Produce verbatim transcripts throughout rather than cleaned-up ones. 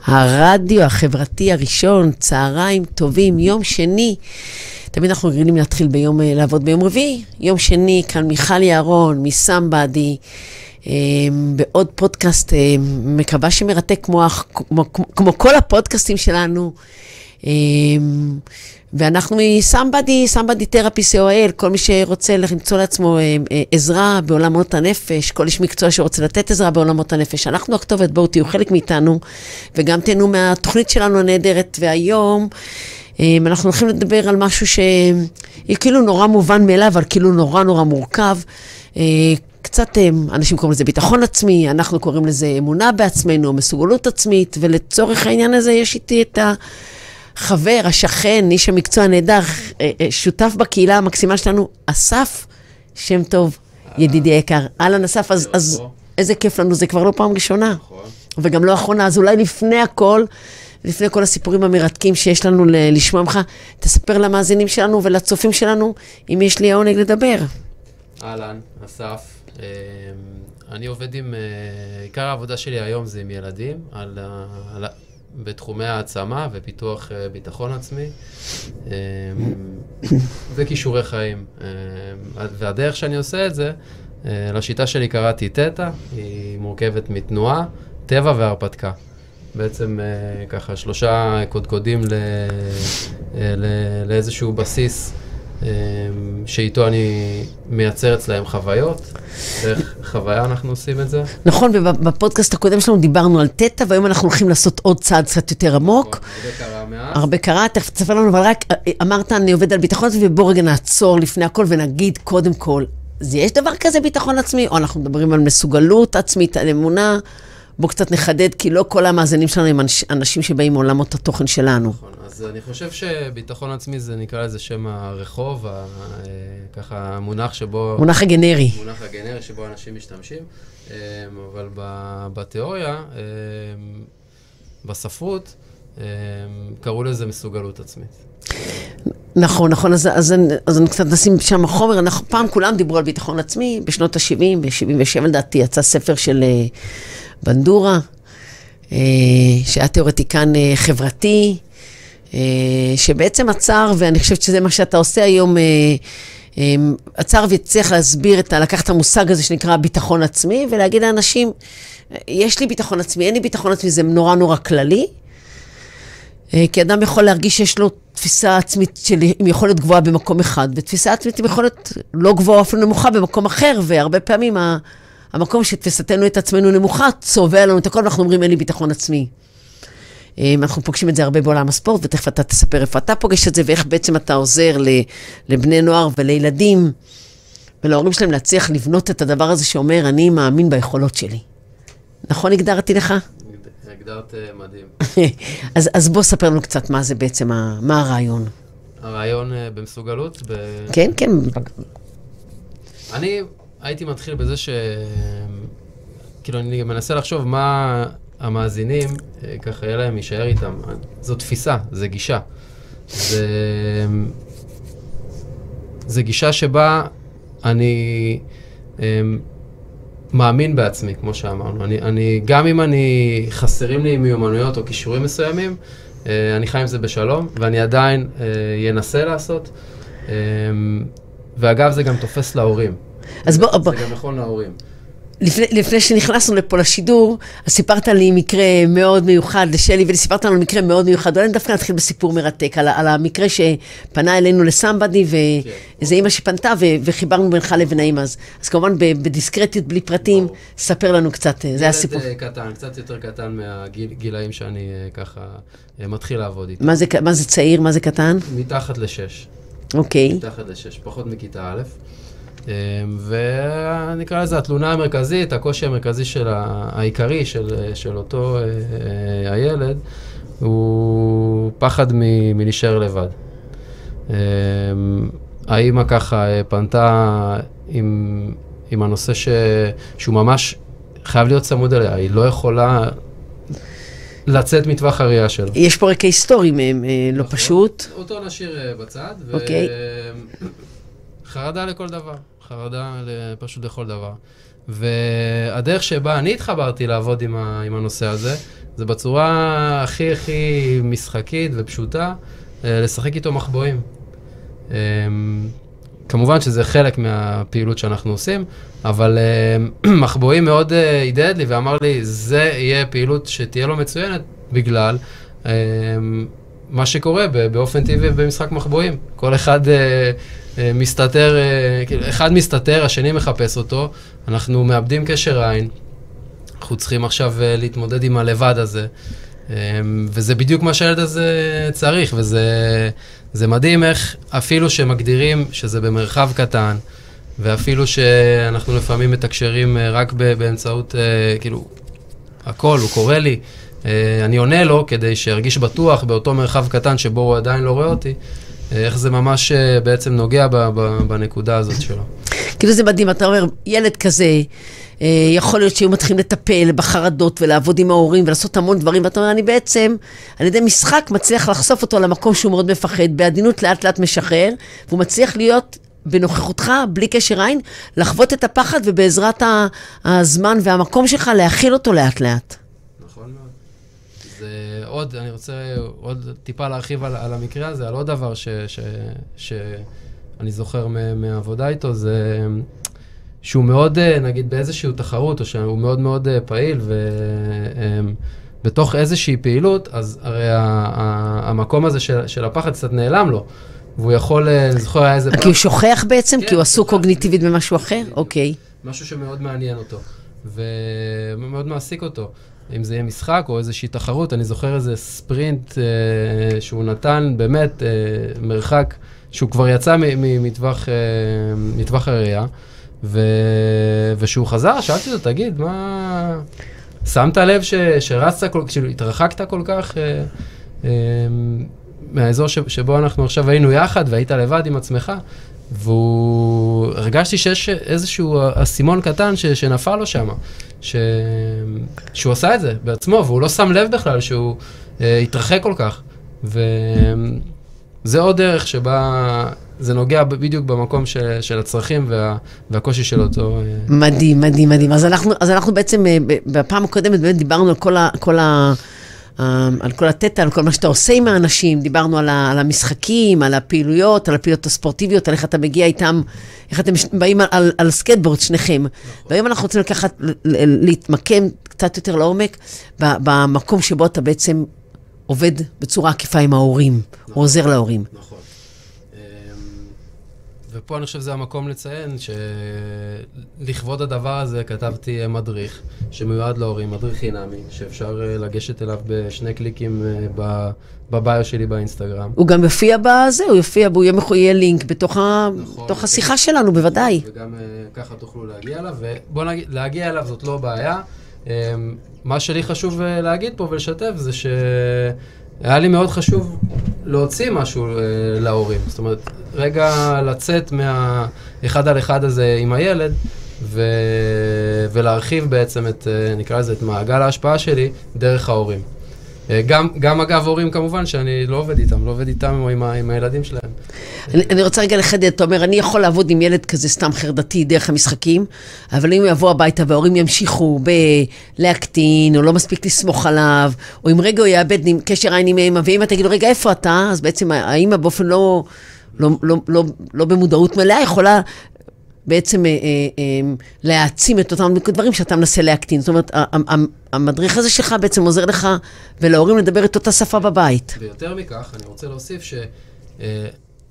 הרדיו החברתי הראשון, צהריים טובים, יום שני. תמיד אנחנו רגילים להתחיל ביום, לעבוד ביום רביעי. יום שני, כאן מיכל יערון, מסמבדי, בעוד פודקאסט, מקווה שמרתק כמו, כמו, כמו כל הפודקאסטים שלנו. ואנחנו מסמבדי, סמבדי תרפי סי או אל, כל מי שרוצה למצוא לעצמו עזרה בעולמות הנפש, כל איש מקצוע שרוצה לתת עזרה בעולמות הנפש. אנחנו הכתובת, בואו תהיו חלק מאיתנו, וגם תהנו מהתוכנית שלנו הנהדרת, והיום אנחנו הולכים לדבר על משהו שהיא כאילו נורא מובן מאליו, אבל כאילו נורא נורא מורכב. קצת אנשים קוראים לזה ביטחון עצמי, אנחנו קוראים לזה אמונה בעצמנו, מסוגלות עצמית, ולצורך העניין הזה יש איתי את החבר, השכן, איש המקצוע הנהדר, שותף בקהילה המקסימה שלנו, אסף שם טוב, ידידי יקר. אהלן אסף, אז, אז איזה כיף לנו, זה כבר לא פעם ראשונה. וגם לא אחרונה, אז אולי לפני הכל, לפני כל הסיפורים המרתקים שיש לנו לשמוע ממך, תספר למאזינים שלנו ולצופים שלנו, אם יש לי העונג לדבר. אהלן, אסף. אני עובד עם, עיקר העבודה שלי היום זה עם ילדים, על, על, בתחומי העצמה ופיתוח ביטחון עצמי, וכישורי חיים. והדרך שאני עושה את זה, לשיטה שלי קראתי תטא, היא מורכבת מתנועה, טבע והרפתקה. בעצם ככה שלושה קודקודים ל, ל, לאיזשהו בסיס, שאיתו אני מייצר אצלהם חוויות. דרך חוויה אנחנו עושים את זה. נכון, ובפודקאסט הקודם שלנו דיברנו על תטא, והיום אנחנו הולכים לעשות עוד צעד קצת יותר עמוק. הרבה קרה מאז. הרבה קרה, תכף תספר לנו, אבל רק אמרת, אני עובד על ביטחון עצמי, ובוא רגע נעצור לפני הכל ונגיד קודם כל, אז יש דבר כזה ביטחון עצמי, או אנחנו מדברים על מסוגלות עצמית, על אמונה, בוא קצת נחדד, כי לא כל המאזינים שלנו הם אנשים שבאים מעולמות התוכן שלנו. נכון, אז אני חושב שביטחון עצמי זה נקרא לזה שם הרחוב, ככה המונח שבו... מונח הגנרי. מונח הגנרי שבו אנשים משתמשים, אבל בתיאוריה, בספרות, קראו לזה מסוגלות עצמית. נכון, נכון, אז, אז, אז אני קצת נשים שם החומר, אנחנו, פעם כולם דיברו על ביטחון עצמי, בשנות ה-שבעים, ב-שבעים ושבע לדעתי, יצא ספר של בנדורה, שהיה תיאורטיקן חברתי, שבעצם עצר, ואני חושבת שזה מה שאתה עושה היום, עצר והצליח להסביר, את, לקחת את המושג הזה שנקרא ביטחון עצמי, ולהגיד לאנשים, יש לי ביטחון עצמי, אין לי ביטחון עצמי, זה נורא נורא כללי, כי אדם יכול להרגיש שיש לו תפיסה עצמית של, עם יכולת גבוהה במקום אחד, ותפיסה עצמית עם יכולת לא גבוהה, אפילו נמוכה במקום אחר, והרבה פעמים המקום שתפיסתנו את עצמנו נמוכה, צובע לנו את הכל, ואנחנו אומרים, אין לי ביטחון עצמי. אנחנו פוגשים את זה הרבה בעולם הספורט, ותכף אתה תספר איפה אתה פוגש את זה, ואיך בעצם אתה עוזר לבני נוער ולילדים, ולהורים שלהם להצליח לבנות את הדבר הזה שאומר, אני מאמין ביכולות שלי. נכון הגדרתי לך? הגדרת מדהים. אז, אז בוא ספר לנו קצת מה זה בעצם, מה הרעיון. הרעיון במסוגלות? ב... כן, כן. אני הייתי מתחיל בזה ש... כאילו, אני מנסה לחשוב מה המאזינים, ככה יהיה להם יישאר איתם. זו תפיסה, זה גישה. זה... זה גישה שבה אני... מאמין בעצמי, כמו שאמרנו. אני, אני, גם אם אני חסרים לי מיומנויות או כישורים מסוימים, אה, אני חי עם זה בשלום, ואני עדיין אה, ינסה לעשות. אה, ואגב, זה גם תופס להורים. אז זה, בוא, זה בוא. גם נכון להורים. לפני, לפני שנכנסנו לפה לשידור, אז סיפרת לי מקרה מאוד מיוחד לשלי, וסיפרת לנו מקרה מאוד מיוחד. אולי דווקא נתחיל בסיפור מרתק, על, על המקרה שפנה אלינו לסמבדי, ואיזה אימא שפנתה, ו, וחיברנו בינך לבין האמא. אז, אז כמובן בדיסקרטיות, בלי פרטים, בוא. ספר לנו קצת, זה הסיפור. ילד קטן, קצת יותר קטן מהגילאים שאני ככה מתחיל לעבוד איתם. מה זה, מה זה צעיר, מה זה קטן? מתחת לשש. אוקיי. מתחת לשש, פחות מכיתה א'. ונקרא לזה התלונה המרכזית, הקושי המרכזי של העיקרי של, של אותו הילד, הוא פחד מלהישאר לבד. האמא ככה פנתה עם, עם הנושא ש, שהוא ממש חייב להיות צמוד אליה, היא לא יכולה לצאת מטווח הראייה שלו. יש פה רקע היסטורי מהם, לא פשוט. אותו נשאיר בצד, אוקיי. וחרדה לכל דבר. חרדה פשוט לכל דבר. והדרך שבה אני התחברתי לעבוד עם, ה, עם הנושא הזה, זה בצורה הכי הכי משחקית ופשוטה, לשחק איתו מחבואים. כמובן שזה חלק מהפעילות שאנחנו עושים, אבל מחבואים מאוד ידד לי ואמר לי, זה יהיה פעילות שתהיה לו מצוינת בגלל מה שקורה באופן טבעי במשחק מחבואים. כל אחד מסתתר, אחד מסתתר, השני מחפש אותו, אנחנו מאבדים קשר עין, אנחנו צריכים עכשיו להתמודד עם הלבד הזה, וזה בדיוק מה שהילד הזה צריך, וזה זה מדהים איך אפילו שמגדירים שזה במרחב קטן, ואפילו שאנחנו לפעמים מתקשרים רק באמצעות, כאילו, הכל, הוא קורא לי, אני עונה לו כדי שירגיש בטוח באותו מרחב קטן שבו הוא עדיין לא רואה אותי, איך זה ממש בעצם נוגע בנקודה הזאת שלו. כאילו זה מדהים, אתה אומר, ילד כזה, יכול להיות שהיו מתחילים לטפל בחרדות ולעבוד עם ההורים ולעשות המון דברים, ואתה אומר, אני בעצם, על ידי משחק מצליח לחשוף אותו למקום שהוא מאוד מפחד, בעדינות לאט לאט משחרר, והוא מצליח להיות בנוכחותך, בלי קשר עין, לחוות את הפחד ובעזרת הזמן והמקום שלך להכיל אותו לאט לאט. נכון מאוד. זה עוד, אני רוצה עוד טיפה להרחיב על, על המקרה הזה, על עוד דבר ש, ש, שאני זוכר מעבודה איתו, זה שהוא מאוד, נגיד, באיזושהי תחרות, או שהוא מאוד מאוד פעיל, ובתוך איזושהי פעילות, אז הרי המקום הזה של, של הפחד קצת נעלם לו, והוא יכול, אני זוכר, היה איזה... כי הוא שוכח בעצם? כי הוא עסוק קוגניטיבית במשהו אחר? אוקיי. משהו שמאוד מעניין אותו, ומאוד מעסיק אותו. אם זה יהיה משחק או איזושהי תחרות, אני זוכר איזה ספרינט שהוא נתן באמת מרחק, שהוא כבר יצא מטווח הראייה, ושהוא חזר, שאלתי אותו, תגיד, מה... שמת לב שרצת, התרחקת כל כך מהאזור שבו אנחנו עכשיו היינו יחד, והיית לבד עם עצמך, והוא... הרגשתי שיש איזשהו אסימון קטן שנפל לו שם, שהוא עשה את זה בעצמו, והוא לא שם לב בכלל שהוא התרחק כל כך. וזה עוד דרך שבה... זה נוגע בדיוק במקום של, של הצרכים וה, והקושי של אותו... מדהים, מדהים, מדהים. אז אנחנו, אז אנחנו בעצם, בפעם הקודמת, באמת דיברנו על כל ה... כל ה על כל התטא, על כל מה שאתה עושה עם האנשים, דיברנו על, ה, על המשחקים, על הפעילויות, על הפעילויות הספורטיביות, על איך אתה מגיע איתם, איך אתם באים על, על, על סקייטבורד, שניכם. והיום אנחנו רוצים לקחת, להתמקם קצת יותר לעומק, במקום שבו אתה בעצם עובד בצורה עקיפה עם ההורים, נכון, או עוזר להורים. נכון. ופה אני חושב שזה המקום לציין שלכבוד הדבר הזה כתבתי מדריך שמיועד להורים, מדריך חינמי, שאפשר לגשת אליו בשני קליקים בביו שלי באינסטגרם. הוא גם יופיע בזה, הוא יופיע, הוא יהיה לינק בתוך השיחה שלנו, בוודאי. וגם ככה תוכלו להגיע אליו, ובוא נגיד, להגיע אליו זאת לא בעיה. מה שלי חשוב להגיד פה ולשתף זה ש... היה לי מאוד חשוב להוציא משהו להורים. זאת אומרת, רגע לצאת מהאחד על אחד הזה עם הילד, ו... ולהרחיב בעצם את, נקרא לזה, את מעגל ההשפעה שלי דרך ההורים. גם, גם אגב הורים כמובן שאני לא עובד איתם, לא עובד איתם או עם, ה... עם הילדים שלהם. אני, אני רוצה רגע לחדד, אתה אומר, אני יכול לעבוד עם ילד כזה סתם חרדתי דרך המשחקים, אבל אם הוא יבוא הביתה וההורים ימשיכו בלהקטין, או לא מספיק לסמוך עליו, או אם רגע הוא יאבד קשר עין עם האמא, ואמא תגיד לו, רגע, איפה אתה? אז בעצם האמא באופן לא, לא, לא, לא, לא במודעות מלאה, יכולה בעצם אה, אה, להעצים את אותם דברים שאתה מנסה להקטין. זאת אומרת, המדריך הזה שלך בעצם עוזר לך ולהורים לדבר את אותה שפה בבית. ויותר מכך, אני רוצה להוסיף ש... אה,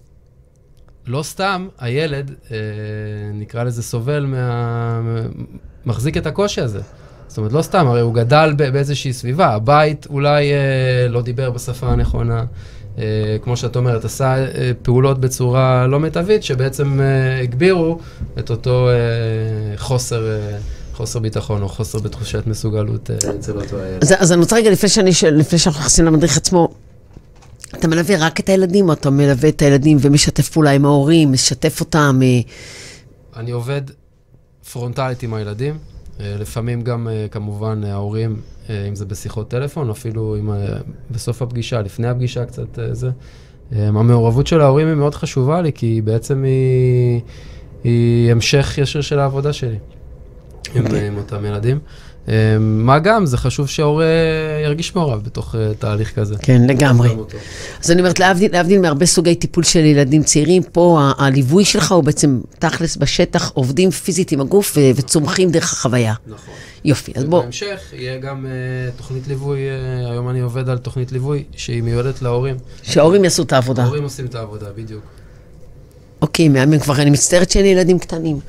לא סתם הילד, אה, נקרא לזה סובל, מה... מחזיק את הקושי הזה. זאת אומרת, לא סתם, הרי הוא גדל באיזושהי סביבה. הבית אולי אה, לא דיבר בשפה הנכונה, אה, כמו שאת אומרת, עשה אה, פעולות בצורה לא מיטבית, שבעצם אה, הגבירו את אותו אה, חוסר, אה, חוסר ביטחון או חוסר בתחושת מסוגלות אה, אצל אותו הילד. אז, אז אני רוצה רגע, לפני, שאני, לפני שאנחנו נכנסים למדריך עצמו, אתה מלווה רק את הילדים, או אתה מלווה את הילדים ומשתף פעולה עם ההורים, משתף אותם? אני עובד פרונטלית עם הילדים, לפעמים גם כמובן ההורים, אם זה בשיחות טלפון, אפילו עם, בסוף הפגישה, לפני הפגישה קצת זה. המעורבות של ההורים היא מאוד חשובה לי, כי בעצם היא, היא המשך ישיר של העבודה שלי, עם, עם אותם ילדים. מה גם, זה חשוב שההורה ירגיש מעורב בתוך תהליך כזה. כן, לגמרי. אז אני אומרת, להבדיל, להבדיל מהרבה סוגי טיפול של ילדים צעירים, פה ה- הליווי שלך הוא בעצם תכלס בשטח, עובדים פיזית עם הגוף ו- וצומחים דרך החוויה. נכון. יופי, אז בוא. ובהמשך יהיה גם uh, תוכנית ליווי, uh, היום אני עובד על תוכנית ליווי שהיא מיועדת להורים. שההורים יעשו את העבודה. ההורים עושים את העבודה, בדיוק. אוקיי, מאמן כבר, אני מצטערת שאין לי ילדים קטנים.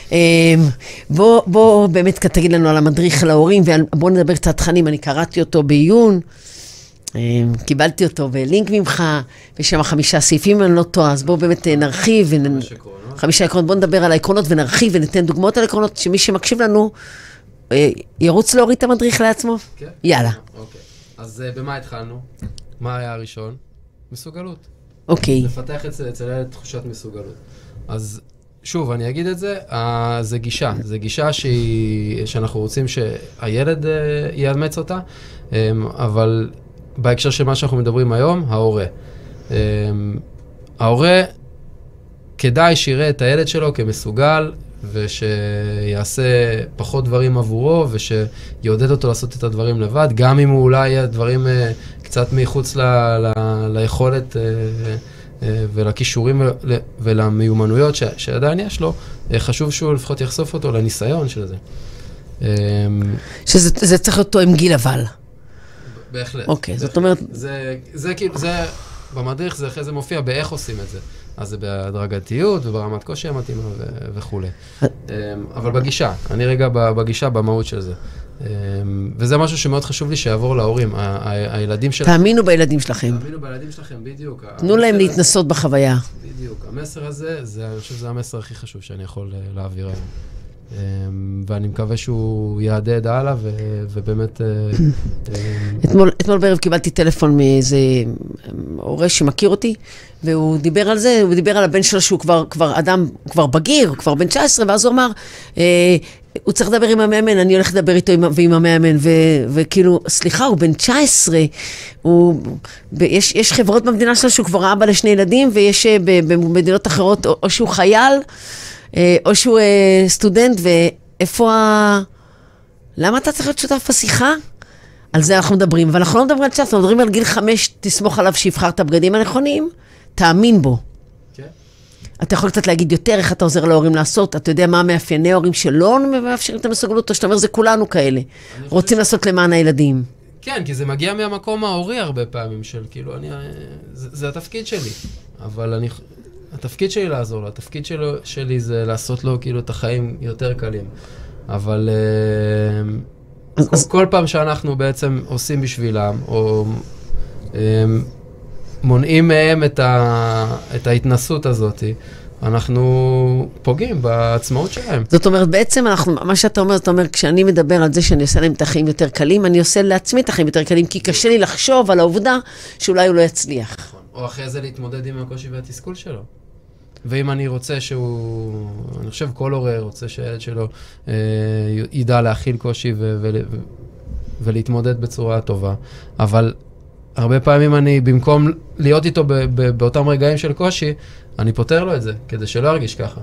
בוא, בוא באמת תגיד לנו על המדריך להורים, ובוא נדבר קצת תכנים, אני קראתי אותו בעיון, קיבלתי אותו בלינק ממך, ויש שם חמישה סעיפים, אני לא טועה, אז בוא באמת נרחיב. חמישה עקרונות. חמישה עקרונות, בוא נדבר על העקרונות ונרחיב וניתן דוגמאות על העקרונות, שמי שמקשיב לנו, ירוץ להוריד את המדריך לעצמו? כן. יאללה. אוקיי. אז במה התחלנו? מה היה הראשון? מסוגלות. אוקיי. לפתח אצל ילד תחושת מסוגלות. אז שוב, אני אגיד את זה, uh, זה גישה. זה גישה שהיא, שאנחנו רוצים שהילד uh, יאמץ אותה, um, אבל בהקשר של מה שאנחנו מדברים היום, ההורה. Um, ההורה, כדאי שיראה את הילד שלו כמסוגל, ושיעשה פחות דברים עבורו, ושיעודד אותו לעשות את הדברים לבד, גם אם הוא אולי הדברים uh, קצת מחוץ ל, ל, ליכולת uh, uh, ולכישורים ול, ולמיומנויות ש, שעדיין יש לו, uh, חשוב שהוא לפחות יחשוף אותו לניסיון של זה. Um, שזה זה צריך להיות תואם גיל אבל. בהחלט. אוקיי, בהחלט. זאת אומרת... זה, זה כאילו, זה, במדריך זה אחרי זה מופיע באיך עושים את זה. אז זה בהדרגתיות וברמת קושי המתאימה וכו'. אבל בגישה, אני רגע בגישה, במהות של זה. וזה משהו שמאוד חשוב לי שיעבור להורים. הילדים שלכם... תאמינו בילדים שלכם. תאמינו בילדים שלכם, בדיוק. תנו להם להתנסות בחוויה. בדיוק. המסר הזה, אני חושב שזה המסר הכי חשוב שאני יכול להעביר היום. ואני מקווה שהוא יעדד הלאה, ובאמת... אתמול בערב קיבלתי טלפון מאיזה הורה שמכיר אותי, והוא דיבר על זה, הוא דיבר על הבן שלו שהוא כבר אדם, כבר בגיר, כבר בן תשע עשרה, ואז הוא אמר, הוא צריך לדבר עם המאמן, אני הולך לדבר איתו ועם המאמן, וכאילו, סליחה, הוא בן תשע עשרה, יש חברות במדינה שלו שהוא כבר אבא לשני ילדים, ויש במדינות אחרות, או שהוא חייל, או שהוא סטודנט, ואיפה ה... למה אתה צריך להיות שותף בשיחה? על זה אנחנו מדברים, אבל אנחנו לא מדברים על צ'אט, אנחנו מדברים על גיל חמש, תסמוך עליו שיבחר את הבגדים הנכונים, תאמין בו. כן. אתה יכול קצת להגיד יותר איך אתה עוזר להורים לעשות, אתה יודע מה המאפייני ההורים שלא מאפשרים את המסוגלות, או שאתה אומר, זה כולנו כאלה, רוצים לעשות למען הילדים. כן, כי זה מגיע מהמקום ההורי הרבה פעמים של, כאילו, אני... זה, זה התפקיד שלי, אבל אני... התפקיד שלי לעזור לו, התפקיד שלו, שלי זה לעשות לו כאילו את החיים יותר קלים. אבל uh, אז, כל, אז... כל פעם שאנחנו בעצם עושים בשבילם, או um, מונעים מהם את, ה, את ההתנסות הזאת, אנחנו פוגעים בעצמאות שלהם. זאת אומרת, בעצם אנחנו, מה שאתה אומר, זאת אומרת, כשאני מדבר על זה שאני עושה להם את החיים יותר קלים, אני עושה לעצמי את החיים יותר קלים, כי קשה לי לחשוב על העובדה שאולי הוא לא יצליח. נכון. או אחרי זה להתמודד עם הקושי והתסכול שלו. ואם אני רוצה שהוא, אני חושב כל הורה רוצה שהילד שלו אה, ידע להכיל קושי ו- ו- ו- ולהתמודד בצורה טובה. אבל הרבה פעמים אני, במקום להיות איתו ב- ב- באותם רגעים של קושי, אני פותר לו את זה, כדי שלא ירגיש ככה.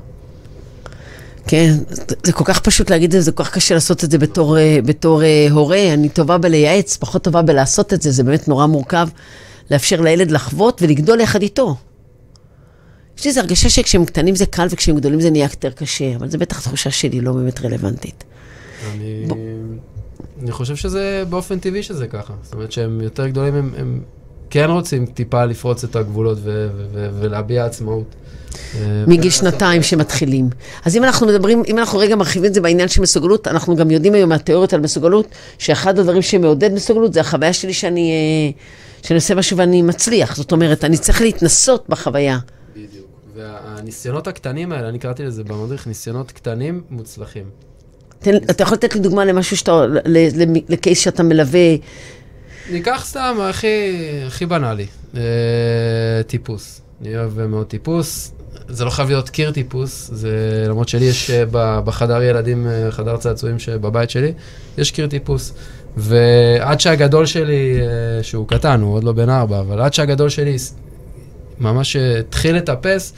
כן, זה כל כך פשוט להגיד את זה, זה כל כך קשה לעשות את זה בתור, בתור הורה. אני טובה בלייעץ, פחות טובה בלעשות את זה, זה באמת נורא מורכב. לאפשר לילד לחוות ולגדול יחד איתו. יש לי איזו הרגשה שכשהם קטנים זה קל וכשהם גדולים זה נהיה יותר קשה, אבל זה בטח תחושה שלי לא באמת רלוונטית. אני, ב... אני חושב שזה באופן טבעי שזה ככה. זאת אומרת שהם יותר גדולים, הם, הם כן רוצים טיפה לפרוץ את הגבולות ו- ו- ו- ולהביע עצמאות. מגיל שנתיים שמתחילים. אז אם אנחנו מדברים, אם אנחנו רגע מרחיבים את זה בעניין של מסוגלות, אנחנו גם יודעים היום מהתיאוריות על מסוגלות, שאחד הדברים שמעודד מסוגלות זה החוויה שלי שאני... שאני עושה משהו ואני מצליח. זאת אומרת, אני צריך להתנסות בחוויה. בדיוק. והניסיונות הקטנים האלה, אני קראתי לזה במדריך, ניסיונות קטנים מוצלחים. תן, אתה יכול לתת לי דוגמה למשהו שאתה, לקייס שאתה מלווה? ניקח סתם, הכי, הכי בנאלי. אה, טיפוס. אני אוהב מאוד טיפוס. זה לא חייב להיות קיר טיפוס, זה למרות שלי יש בחדר ילדים, חדר צעצועים שבבית שלי, יש קיר טיפוס. ועד שהגדול שלי, שהוא קטן, הוא עוד לא בן ארבע, אבל עד שהגדול שלי ממש התחיל לטפס,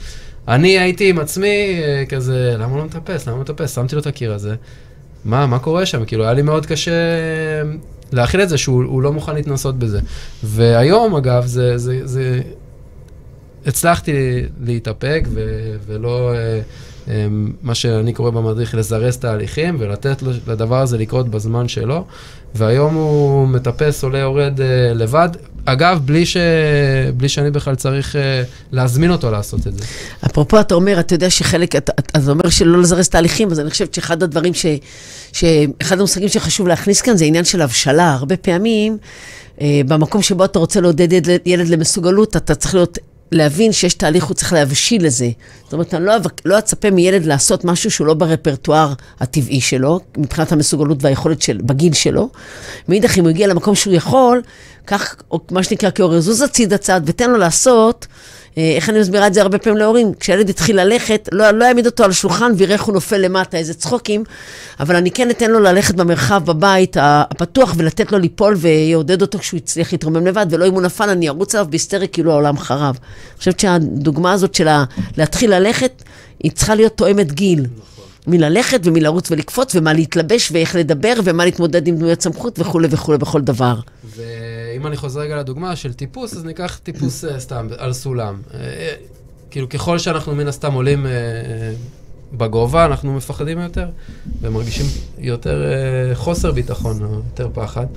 אני הייתי עם עצמי כזה, למה לא מטפס? למה לא מטפס? שמתי לו את הקיר הזה. מה, מה קורה שם? כאילו, היה לי מאוד קשה להכיל את זה, שהוא לא מוכן להתנסות בזה. והיום, אגב, זה, זה, זה... הצלחתי להתאפק, ו- ולא, מה שאני קורא במדריך, לזרז תהליכים, ולתת לדבר הזה לקרות בזמן שלו. והיום הוא מטפס, עולה, יורד לבד. אגב, בלי, ש... בלי שאני בכלל צריך להזמין אותו לעשות את זה. אפרופו, אתה אומר, אתה יודע שחלק, אתה, אתה אומר שלא לזרז תהליכים, אז אני חושבת שאחד הדברים ש... שאחד המושגים שחשוב להכניס כאן, זה עניין של הבשלה. הרבה פעמים, במקום שבו אתה רוצה לעודד ילד, ילד למסוגלות, אתה צריך להיות... להבין שיש תהליך, הוא צריך להבשיל לזה. זאת אומרת, אני לא, לא אצפה מילד לעשות משהו שהוא לא ברפרטואר הטבעי שלו, מבחינת המסוגלות והיכולת של, בגיל שלו. מאידך, אם הוא הגיע למקום שהוא יכול, כך, או מה שנקרא כאורר, זוז הציד הצד, ותן לו לעשות, איך אני מסבירה את זה הרבה פעמים להורים, כשהילד התחיל ללכת, לא, לא יעמיד אותו על השולחן, ויראה איך הוא נופל למטה, איזה צחוקים, אבל אני כן אתן לו ללכת במרחב, בבית הפתוח, ולתת לו ליפול, ויעודד אותו כשהוא יצליח להתרומם לבד, ולא אם הוא נפל, אני ארוץ עליו בהיסטרי, כאילו העולם חרב. אני חושבת שהדוגמה הזאת של להתחיל ללכת, היא צריכה להיות תואמת גיל. מללכת ומלרוץ ולקפוץ, ומה להתלבש, ואיך לדבר, ומה להתמודד עם דמויות סמכות, וכו' וכו' בכל דבר. ואם אני חוזר רגע לדוגמה של טיפוס, אז ניקח טיפוס סתם על סולם. כאילו, ככל שאנחנו מן הסתם עולים בגובה, אנחנו מפחדים יותר, ומרגישים יותר חוסר ביטחון, או יותר פחד.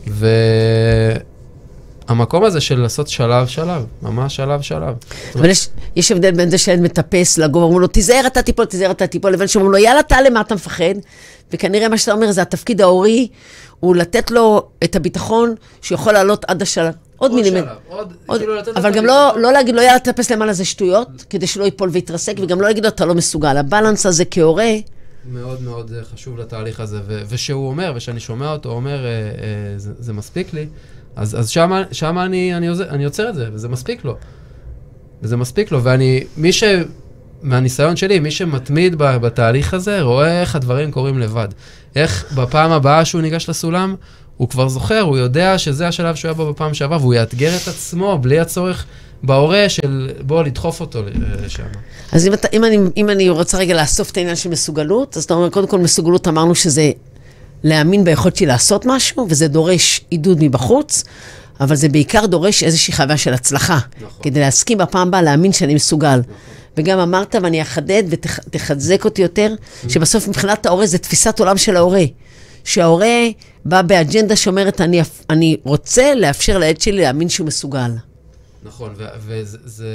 והמקום הזה של לעשות שלב שלב, ממש שלב שלב. אבל יש, יש הבדל בין זה שילד מטפס לגובה, אומרים לו, תיזהר אתה טיפול, תיזהר אתה טיפול, לבין שאומרים לו, יאללה, תעלה, מה אתה מפחד? וכנראה מה שאתה אומר, זה התפקיד ההורי, הוא לתת לו את הביטחון, שיכול לעלות עד השלב. עוד מילימט. אבל גם לא, לא להגיד לו, יאללה, תטפס למעלה, זה שטויות, כדי שלא ייפול ויתרסק, וגם לא להגיד לו, אתה לא מסוגל. הבלנס הזה כהורה, מאוד מאוד חשוב לתהליך הזה, ושהוא אומר, ושאני שומע אותו, אומר, זה מספיק לי, אז, אז שמה, שמה אני, אני, עוזר, אני יוצר את זה, וזה מספיק לו. וזה מספיק לו, ואני, מי ש... מהניסיון שלי, מי שמתמיד בתהליך הזה, רואה איך הדברים קורים לבד. איך בפעם הבאה שהוא ניגש לסולם, הוא כבר זוכר, הוא יודע שזה השלב שהוא היה בו בפעם שעבר, והוא יאתגר את עצמו בלי הצורך בהורה של בוא לדחוף אותו לשם. אז אם, אתה, אם, אני, אם אני רוצה רגע לאסוף את העניין של מסוגלות, אז אתה אומר, קודם כל מסוגלות אמרנו שזה להאמין ביכולת שלי לעשות משהו, וזה דורש עידוד מבחוץ, אבל זה בעיקר דורש איזושהי חוויה של הצלחה. נכון. כדי להסכים בפעם הבאה, להאמין שאני מסוגל. נכון. וגם אמרת, ואני אחדד ותחזק אותי יותר, שבסוף מבחינת ההורה זה תפיסת עולם של ההורה. שההורה בא באג'נדה שאומרת, אני, אני רוצה לאפשר לילד שלי להאמין שהוא מסוגל. נכון, וזה זה,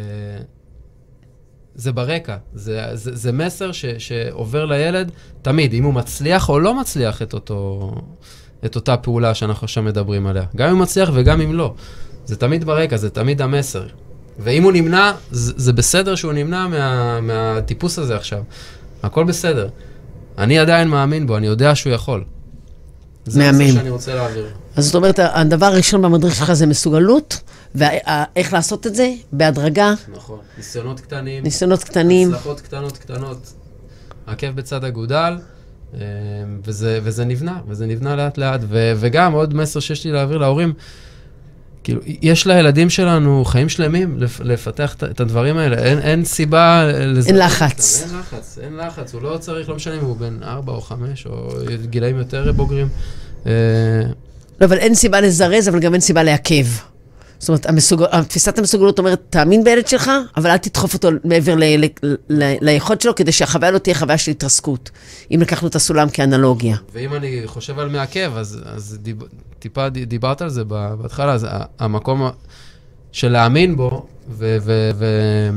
זה ברקע. זה, זה, זה מסר ש, שעובר לילד תמיד, אם הוא מצליח או לא מצליח את, אותו, את אותה פעולה שאנחנו עכשיו מדברים עליה. גם אם הוא מצליח וגם אם לא. זה תמיד ברקע, זה תמיד המסר. ואם הוא נמנע, זה, זה בסדר שהוא נמנע מה, מהטיפוס הזה עכשיו. הכל בסדר. אני עדיין מאמין בו, אני יודע שהוא יכול. זה מאמין. מה שאני רוצה להעביר. אז זאת אומרת, הדבר הראשון במדריך שלך זה מסוגלות, ואיך לעשות את זה? בהדרגה. נכון. ניסיונות קטנים. ניסיונות קטנים. הצלחות קטנות קטנות. עקב בצד אגודל, וזה, וזה נבנה, וזה נבנה לאט לאט. ו, וגם עוד מסר שיש לי להעביר להורים, כאילו, יש לילדים שלנו חיים שלמים לפתח את הדברים האלה. אין, אין סיבה לזה. אין לחץ. אין לחץ, אין לחץ. הוא לא צריך, לא משנה אם הוא בן ארבע או חמש, או גילאים יותר בוגרים. לא, אבל אין סיבה לזרז, אבל גם אין סיבה לעכב. זאת אומרת, המסוג... תפיסת המסוגלות אומרת, תאמין בילד שלך, אבל אל תדחוף אותו מעבר ל... ל... ל... ליכולת שלו, כדי שהחוויה לא תהיה חוויה של התרסקות. אם לקחנו את הסולם כאנלוגיה. ואם אני חושב על מעכב, אז, אז דיב... טיפה דיברת על זה בהתחלה, אז המקום של להאמין בו, ו... ו... ו...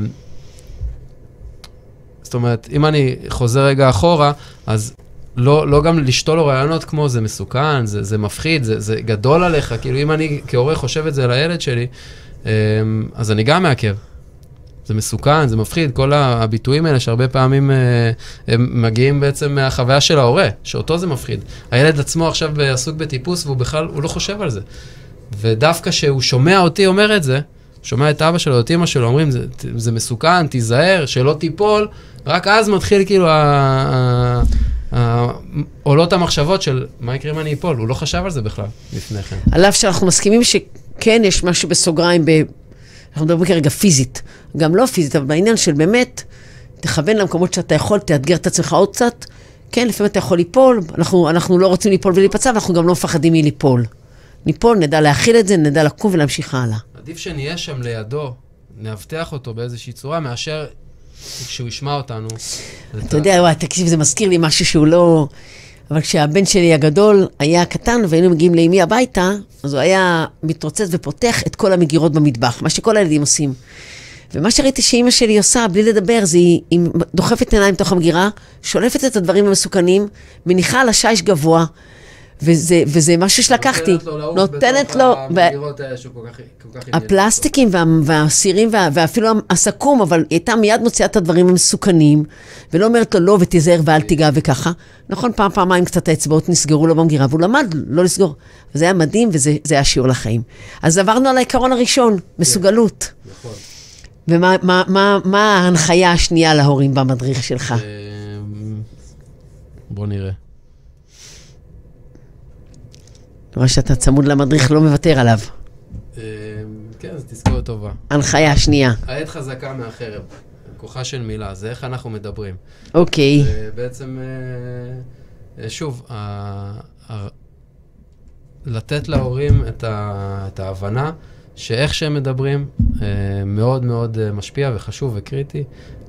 זאת אומרת, אם אני חוזר רגע אחורה, אז לא, לא גם לשתול לו רעיונות כמו זה מסוכן, זה, זה מפחיד, זה, זה גדול עליך, כאילו אם אני כהורה חושב את זה לילד שלי, אז אני גם מעכב. זה מסוכן, זה מפחיד, כל הביטויים האלה שהרבה פעמים הם מגיעים בעצם מהחוויה של ההורה, שאותו זה מפחיד. הילד עצמו עכשיו עסוק בטיפוס והוא בכלל, הוא לא חושב על זה. ודווקא שהוא שומע אותי אומר את זה, שומע את אבא שלו, את אמא שלו, אומרים, זה, זה מסוכן, תיזהר, שלא תיפול, רק אז מתחיל כאילו ה... עולות המחשבות של מה יקרה אם אני אפול, הוא לא חשב על זה בכלל לפני כן. על אף שאנחנו מסכימים שכן יש משהו בסוגריים אנחנו מדברים כרגע פיזית, גם לא פיזית, אבל בעניין של באמת, תכוון למקומות שאתה יכול, תאתגר את עצמך עוד קצת, כן, לפעמים אתה יכול ליפול, אנחנו, אנחנו לא רוצים ליפול ולהיפצע, ואנחנו גם לא מפחדים מליפול. ניפול, נדע להכיל את זה, נדע לקום ולהמשיך הלאה. עדיף שנהיה שם לידו, נאבטח אותו באיזושהי צורה, מאשר כשהוא ישמע אותנו. אתה יודע, וואי, תקשיב, זה מזכיר לי משהו שהוא לא... אבל כשהבן שלי הגדול היה קטן, והיינו מגיעים לאמי הביתה, אז הוא היה מתרוצץ ופותח את כל המגירות במטבח, מה שכל הילדים עושים. ומה שראיתי שאמא שלי עושה, בלי לדבר, זה היא, היא דוחפת עיניים תוך המגירה, שולפת את הדברים המסוכנים, מניחה על השיש גבוה, וזה, וזה משהו שלקחתי. נותנת לו... הפלסטיקים וה, והסירים וה, ואפילו הסכו"ם, אבל היא הייתה מיד מוציאה את הדברים המסוכנים, ולא אומרת לו לא ותיזהר ואל תיגע וככה. נכון, פעם פעמיים קצת האצבעות נסגרו לו במגירה, והוא למד לא לסגור. וזה היה מדהים וזה היה שיעור לחיים. אז עברנו על העיקרון הראשון, מסוגלות. נכון. ומה מה, מה, מה ההנחיה השנייה להורים במדריך שלך? בוא נראה. רואה שאתה צמוד למדריך, לא מוותר עליו. כן, אז תזכור טובה. הנחיה השנייה. העט חזקה מהחרב. כוחה של מילה, זה איך אנחנו מדברים. אוקיי. בעצם, שוב, לתת להורים את ההבנה שאיך שהם מדברים מאוד מאוד משפיע וחשוב וקריטי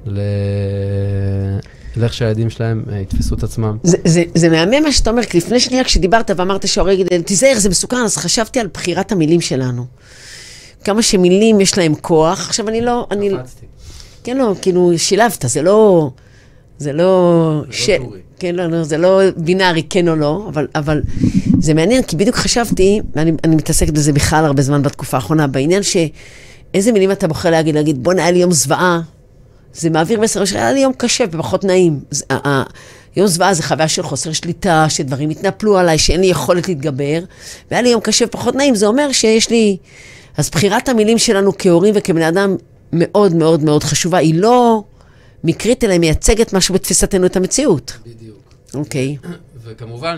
לאיך שהילדים שלהם יתפסו את עצמם. זה, זה, זה מהמם מה שאתה אומר, כי לפני שנייה כשדיברת ואמרת שההורה גדל, תיזהר, זה מסוכן, אז חשבתי על בחירת המילים שלנו. כמה שמילים יש להם כוח, עכשיו אני לא... קפצתי. כן, לא, כאילו שילבת, זה לא... זה לא... זה לא טורי. כן, לא, לא, זה לא בינארי, כן או לא, אבל, אבל זה מעניין, כי בדיוק חשבתי, ואני אני מתעסקת בזה בכלל הרבה זמן בתקופה האחרונה, בעניין שאיזה מילים אתה בוחר להגיד, להגיד, בוא נהיה לי יום זוועה, זה מעביר מסר, שהיה לי יום קשה ופחות נעים. יום זוועה זה חוויה של חוסר שליטה, שדברים התנפלו עליי, שאין לי יכולת להתגבר, והיה לי יום קשה ופחות נעים, זה אומר שיש לי... אז בחירת המילים שלנו כהורים וכבני אדם מאוד מאוד מאוד חשובה, היא לא מקרית, אלא היא מייצגת משהו בתפיסתנו את המציאות. בדיוק. אוקיי. וכמובן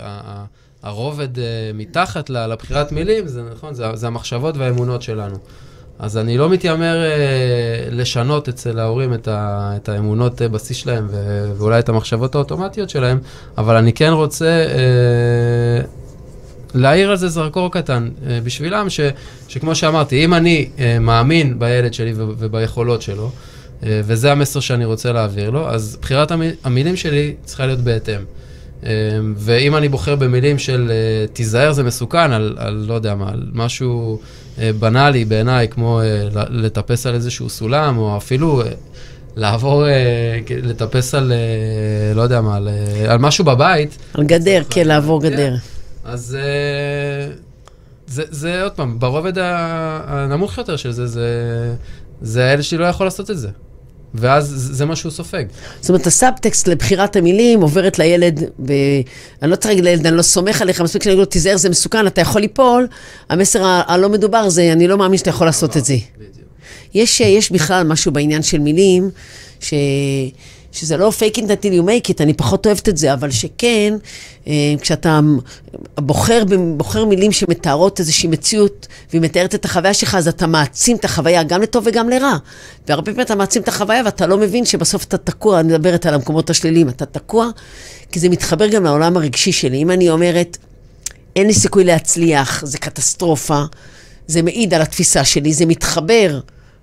שהרובד מתחת לבחירת מילים, זה נכון, זה המחשבות והאמונות שלנו. אז אני לא מתיימר אה, לשנות אצל ההורים את, ה, את האמונות אה, בסיס שלהם ו, ואולי את המחשבות האוטומטיות שלהם, אבל אני כן רוצה אה, להעיר על זה זרקור קטן אה, בשבילם, ש, שכמו שאמרתי, אם אני אה, מאמין בילד שלי ו, וביכולות שלו, אה, וזה המסר שאני רוצה להעביר לו, אז בחירת המיל, המילים שלי צריכה להיות בהתאם. אה, ואם אני בוחר במילים של אה, תיזהר זה מסוכן, על, על לא יודע מה, על משהו... בנאלי בעיניי, כמו לטפס על איזשהו סולם, או אפילו לעבור, לטפס על, לא יודע מה, על משהו בבית. על גדר, כן, לעבור גדר. אז זה, זה עוד פעם, ברובד הנמוך יותר של זה, זה הילד שלי לא יכול לעשות את זה. ואז זה מה שהוא סופג. זאת אומרת, הסאבטקסט לבחירת המילים עוברת לילד, ב... אני לא צריך להגיד לילד, אני לא סומך עליך, מספיק שאני אגיד לו, תיזהר, זה מסוכן, אתה יכול ליפול, המסר הלא מדובר זה, אני לא מאמין שאתה יכול לעשות את זה. יש, יש בכלל משהו בעניין של מילים, ש... שזה לא fake it until you make it, אני פחות אוהבת את זה, אבל שכן, כשאתה בוחר, בוחר מילים שמתארות איזושהי מציאות, והיא מתארת את החוויה שלך, אז אתה מעצים את החוויה גם לטוב וגם לרע. והרבה פעמים אתה מעצים את החוויה, ואתה לא מבין שבסוף אתה תקוע, אני מדברת על המקומות השליליים, אתה תקוע, כי זה מתחבר גם לעולם הרגשי שלי. אם אני אומרת, אין לי סיכוי להצליח, זה קטסטרופה, זה מעיד על התפיסה שלי, זה מתחבר,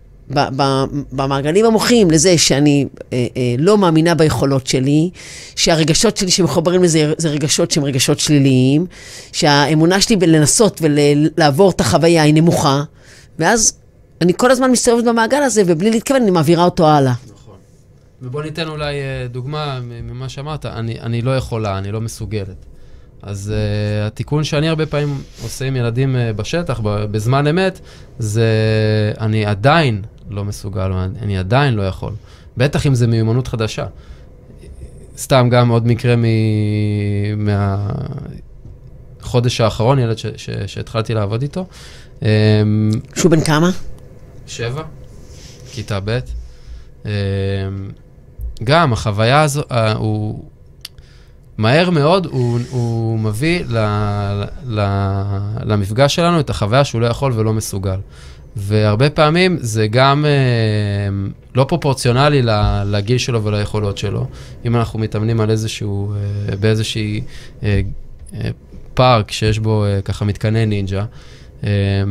במעגלים המוחיים לזה שאני אה, אה, לא מאמינה ביכולות שלי, שהרגשות שלי שמחוברים לזה זה רגשות שהם רגשות שליליים, שהאמונה שלי בלנסות ולעבור את החוויה היא נמוכה, ואז אני כל הזמן מסתובבת במעגל הזה, ובלי להתכוון אני מעבירה אותו הלאה. נכון. ובוא ניתן אולי דוגמה ממה שאמרת, אני, אני לא יכולה, אני לא מסוגלת. אז uh, התיקון שאני הרבה פעמים עושה עם ילדים uh, בשטח, בזמן אמת, זה אני עדיין לא מסוגל, אני עדיין לא יכול. בטח אם זה מיומנות חדשה. סתם גם עוד מקרה מהחודש האחרון, ילד ש- ש- שהתחלתי לעבוד איתו. שהוא בן כמה? שבע, כיתה ב'. גם החוויה הזו, uh, הוא... מהר מאוד הוא, הוא מביא ל, ל, למפגש שלנו את החוויה שהוא לא יכול ולא מסוגל. והרבה פעמים זה גם אה, לא פרופורציונלי לגיל שלו וליכולות שלו. אם אנחנו מתאמנים על איזשהו, אה, באיזושהי אה, אה, פארק שיש בו אה, ככה מתקני נינג'ה, אה,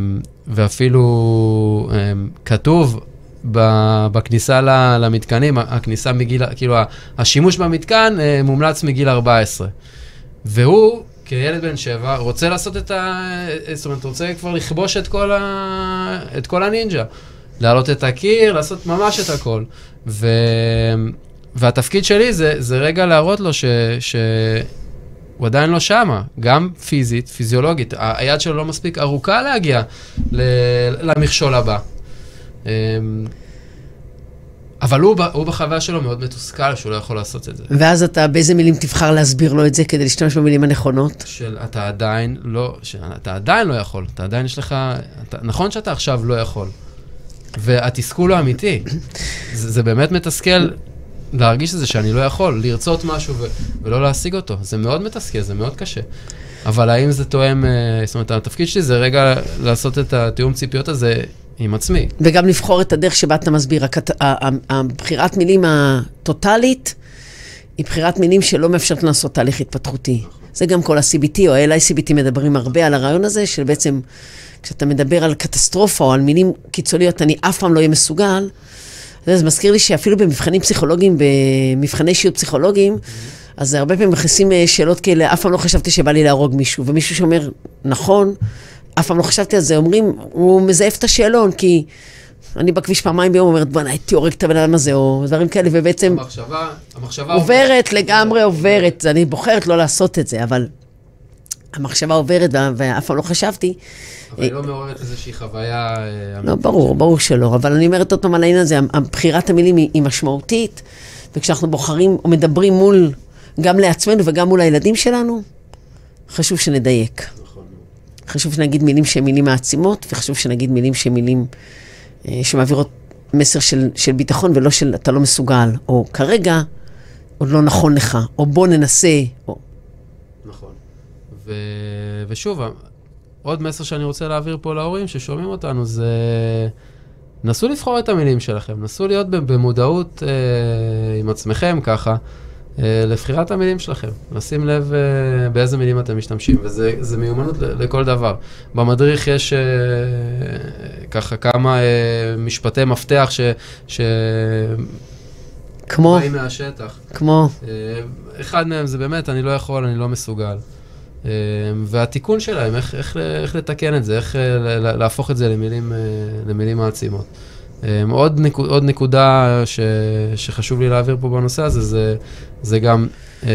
ואפילו אה, כתוב בכניסה למתקנים, הכניסה מגיל, כאילו השימוש במתקן אה, מומלץ מגיל ארבע עשרה. והוא, כילד בן שבע, רוצה לעשות את ה... זאת אומרת, רוצה כבר לכבוש את כל, ה... את כל הנינג'ה. להעלות את הקיר, לעשות ממש את הכל. ו... והתפקיד שלי זה, זה רגע להראות לו ש... ש... הוא עדיין לא שמה, גם פיזית, פיזיולוגית. היד שלו לא מספיק ארוכה להגיע ל... למכשול הבא. אבל הוא, הוא בחוויה שלו מאוד מתוסכל שהוא לא יכול לעשות את זה. ואז אתה, באיזה מילים תבחר להסביר לו את זה כדי להשתמש במילים הנכונות? של אתה עדיין לא, אתה עדיין לא יכול, אתה עדיין יש לך, אתה, נכון שאתה עכשיו לא יכול. והתסכול הוא אמיתי. זה, זה באמת מתסכל להרגיש את זה שאני לא יכול, לרצות משהו ו, ולא להשיג אותו. זה מאוד מתסכל, זה מאוד קשה. אבל האם זה תואם, זאת אומרת, התפקיד שלי זה רגע לעשות את התיאום ציפיות הזה עם עצמי. וגם לבחור את הדרך שבה אתה מסביר. הבחירת מילים הטוטלית היא בחירת מילים שלא מאפשרת לעשות תהליך התפתחותי. זה גם כל ה-סי בי טי או ה-אל איי סי בי טי מדברים הרבה על הרעיון הזה, של בעצם כשאתה מדבר על קטסטרופה או על מילים קיצוניות, אני אף פעם לא אהיה מסוגל. זה מזכיר לי שאפילו במבחנים פסיכולוגיים, במבחני אישיות פסיכולוגיים, אז הרבה פעמים מכניסים שאלות כאלה, אף פעם לא חשבתי שבא לי להרוג מישהו, ומישהו שאומר, נכון, אף פעם לא חשבתי על זה, אומרים, הוא מזייף את השאלון, כי אני בכביש פעמיים ביום אומרת, בוא'נה, הייתי הורג את הבן אדם הזה, או דברים כאלה, ובעצם המחשבה, המחשבה עוברת, לגמרי עוברת, אני בוחרת לא לעשות את זה, אבל המחשבה עוברת, ואף פעם לא חשבתי. אבל היא לא מעוררת איזושהי חוויה... לא, ברור, ברור שלא, אבל אני אומרת עוד פעם על העניין הזה, הבחירת המילים היא משמעותית, וכשאנחנו בוחרים או מדברים מול, גם לעצמנו וגם מול הילדים שלנו, חשוב שנדייק. חשוב שנגיד מילים שהן מילים מעצימות, וחשוב שנגיד מילים שהן מילים אה, שמעבירות מסר של, של ביטחון, ולא של אתה לא מסוגל, או כרגע עוד לא נכון לך, או בוא ננסה. או... נכון. ו... ושוב, עוד מסר שאני רוצה להעביר פה להורים ששומעים אותנו, זה נסו לבחור את המילים שלכם, נסו להיות במודעות אה, עם עצמכם ככה, לבחירת המילים שלכם, לשים לב uh, באיזה מילים אתם משתמשים, וזה מיומנות לכל דבר. במדריך יש uh, ככה כמה uh, משפטי מפתח ש... ש... כמו? באים מהשטח. כמו? Uh, אחד מהם זה באמת, אני לא יכול, אני לא מסוגל. Uh, והתיקון שלהם, איך, איך, איך לתקן את זה, איך uh, להפוך את זה למילים, uh, למילים מעצימות. עוד, נקוד, עוד נקודה ש, שחשוב לי להעביר פה בנושא הזה, זה, זה גם um,